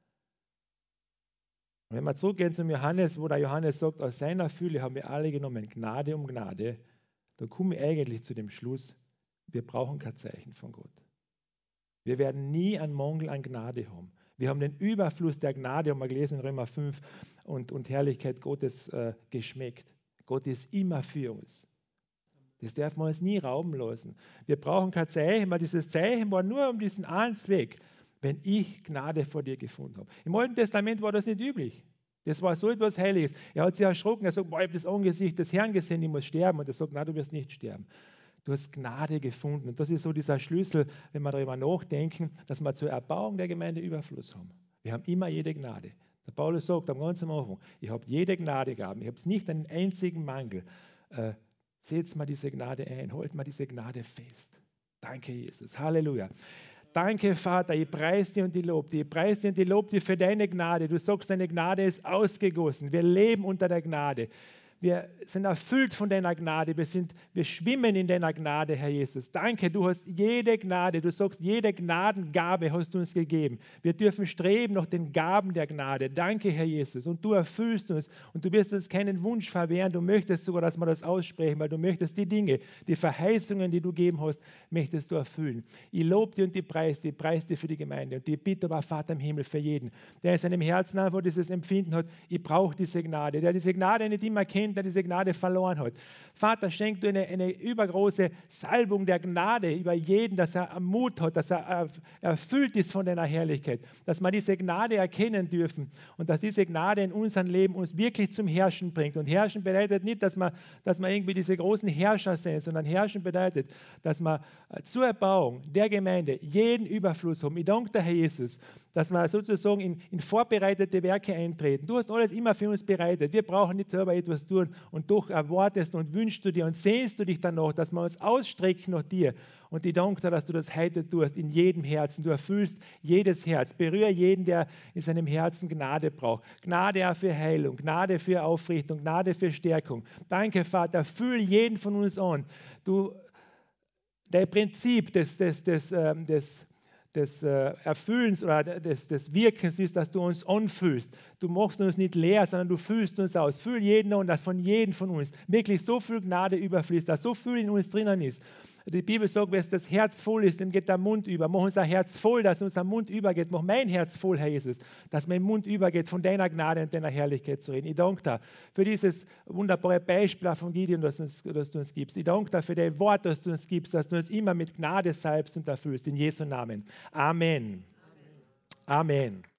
A: Und wenn wir zurückgehen zum Johannes, wo der Johannes sagt, aus seiner Fülle haben wir alle genommen, Gnade um Gnade, dann komme ich eigentlich zu dem Schluss, wir brauchen kein Zeichen von Gott. Wir werden nie einen Mangel an Gnade haben. Wir haben den Überfluss der Gnade, haben wir gelesen in Römer fünf, und, und Herrlichkeit Gottes äh, geschmeckt. Gott ist immer für uns. Das darf man uns nie rauben lassen. Wir brauchen kein Zeichen, weil dieses Zeichen war nur um diesen einen Zweck, wenn ich Gnade vor dir gefunden habe. Im Alten Testament war das nicht üblich. Das war so etwas Heiliges. Er hat sich erschrocken, er sagt, boah, ich habe das Angesicht des Herrn gesehen, ich muss sterben. Und er sagt, nein, du wirst nicht sterben. Du hast Gnade gefunden. Und das ist so dieser Schlüssel, wenn wir darüber nachdenken, dass wir zur Erbauung der Gemeinde Überfluss haben. Wir haben immer jede Gnade. Der Paulus sagt am ganzen Anfang, ich habe jede Gnade gehabt, ich habe nicht einen einzigen Mangel. Äh, Setzt mal diese Gnade ein, holt mal diese Gnade fest. Danke, Jesus. Halleluja. Danke, Vater, ich preise dir und ich lobe dir. Ich preise dir und ich lobe dir für deine Gnade. Du sagst, deine Gnade ist ausgegossen. Wir leben unter der Gnade. Wir sind erfüllt von deiner Gnade. Wir, sind, wir schwimmen in deiner Gnade, Herr Jesus. Danke, du hast jede Gnade. Du sagst, jede Gnadengabe hast du uns gegeben. Wir dürfen streben nach den Gaben der Gnade. Danke, Herr Jesus. Und du erfüllst uns. Und du wirst uns keinen Wunsch verwehren. Du möchtest sogar, dass wir das aussprechen, weil du möchtest die Dinge, die Verheißungen, die du gegeben hast, möchtest du erfüllen. Ich lobe dir und ich preise dir. Ich preise dir für die Gemeinde. Und ich bitte aber, Vater im Himmel, für jeden, der in seinem Herzen einfach dieses Empfinden hat, ich brauche diese Gnade, der diese Gnade nicht immer kennt, kennt, der diese Gnade verloren hat. Vater, schenk du eine, eine übergroße Salbung der Gnade über jeden, dass er Mut hat, dass er erfüllt ist von deiner Herrlichkeit, dass wir diese Gnade erkennen dürfen und dass diese Gnade in unserem Leben uns wirklich zum Herrschen bringt. Und Herrschen bedeutet nicht, dass wir, dass wir irgendwie diese großen Herrscher sind, sondern Herrschen bedeutet, dass wir zur Erbauung der Gemeinde jeden Überfluss haben. Ich danke dir, Herr Jesus, dass wir sozusagen in, in vorbereitete Werke eintreten. Du hast alles immer für uns bereitet. Wir brauchen nicht selber etwas tun und doch erwartest und wünschst du dir und sehnst du dich danach, dass wir uns ausstrecken nach dir. Und ich danke dir, dass du das heute tust, in jedem Herzen. Du erfüllst jedes Herz. Berühre jeden, der in seinem Herzen Gnade braucht. Gnade auch für Heilung, Gnade für Aufrichtung, Gnade für Stärkung. Danke, Vater, füll jeden von uns an. Du, dein Prinzip des, des, des, ähm, des des äh, Erfüllens oder des, des Wirkens ist, dass du uns anfühlst. Du machst uns nicht leer, sondern du fühlst uns aus. Fühl jeden an, dass von jedem von uns wirklich so viel Gnade überfließt, dass so viel in uns drinnen ist. Die Bibel sagt, wenn das Herz voll ist, dann geht der Mund über. Mach unser Herz voll, dass unser Mund übergeht. Mach mein Herz voll, Herr Jesus, dass mein Mund übergeht, von deiner Gnade und deiner Herrlichkeit zu reden. Ich danke dir für dieses wunderbare Beispiel von Gideon, das, uns, das du uns gibst. Ich danke dir für dein Wort, das du uns gibst, dass du uns immer mit Gnade salbst und erfüllst. In Jesu Namen. Amen. Amen.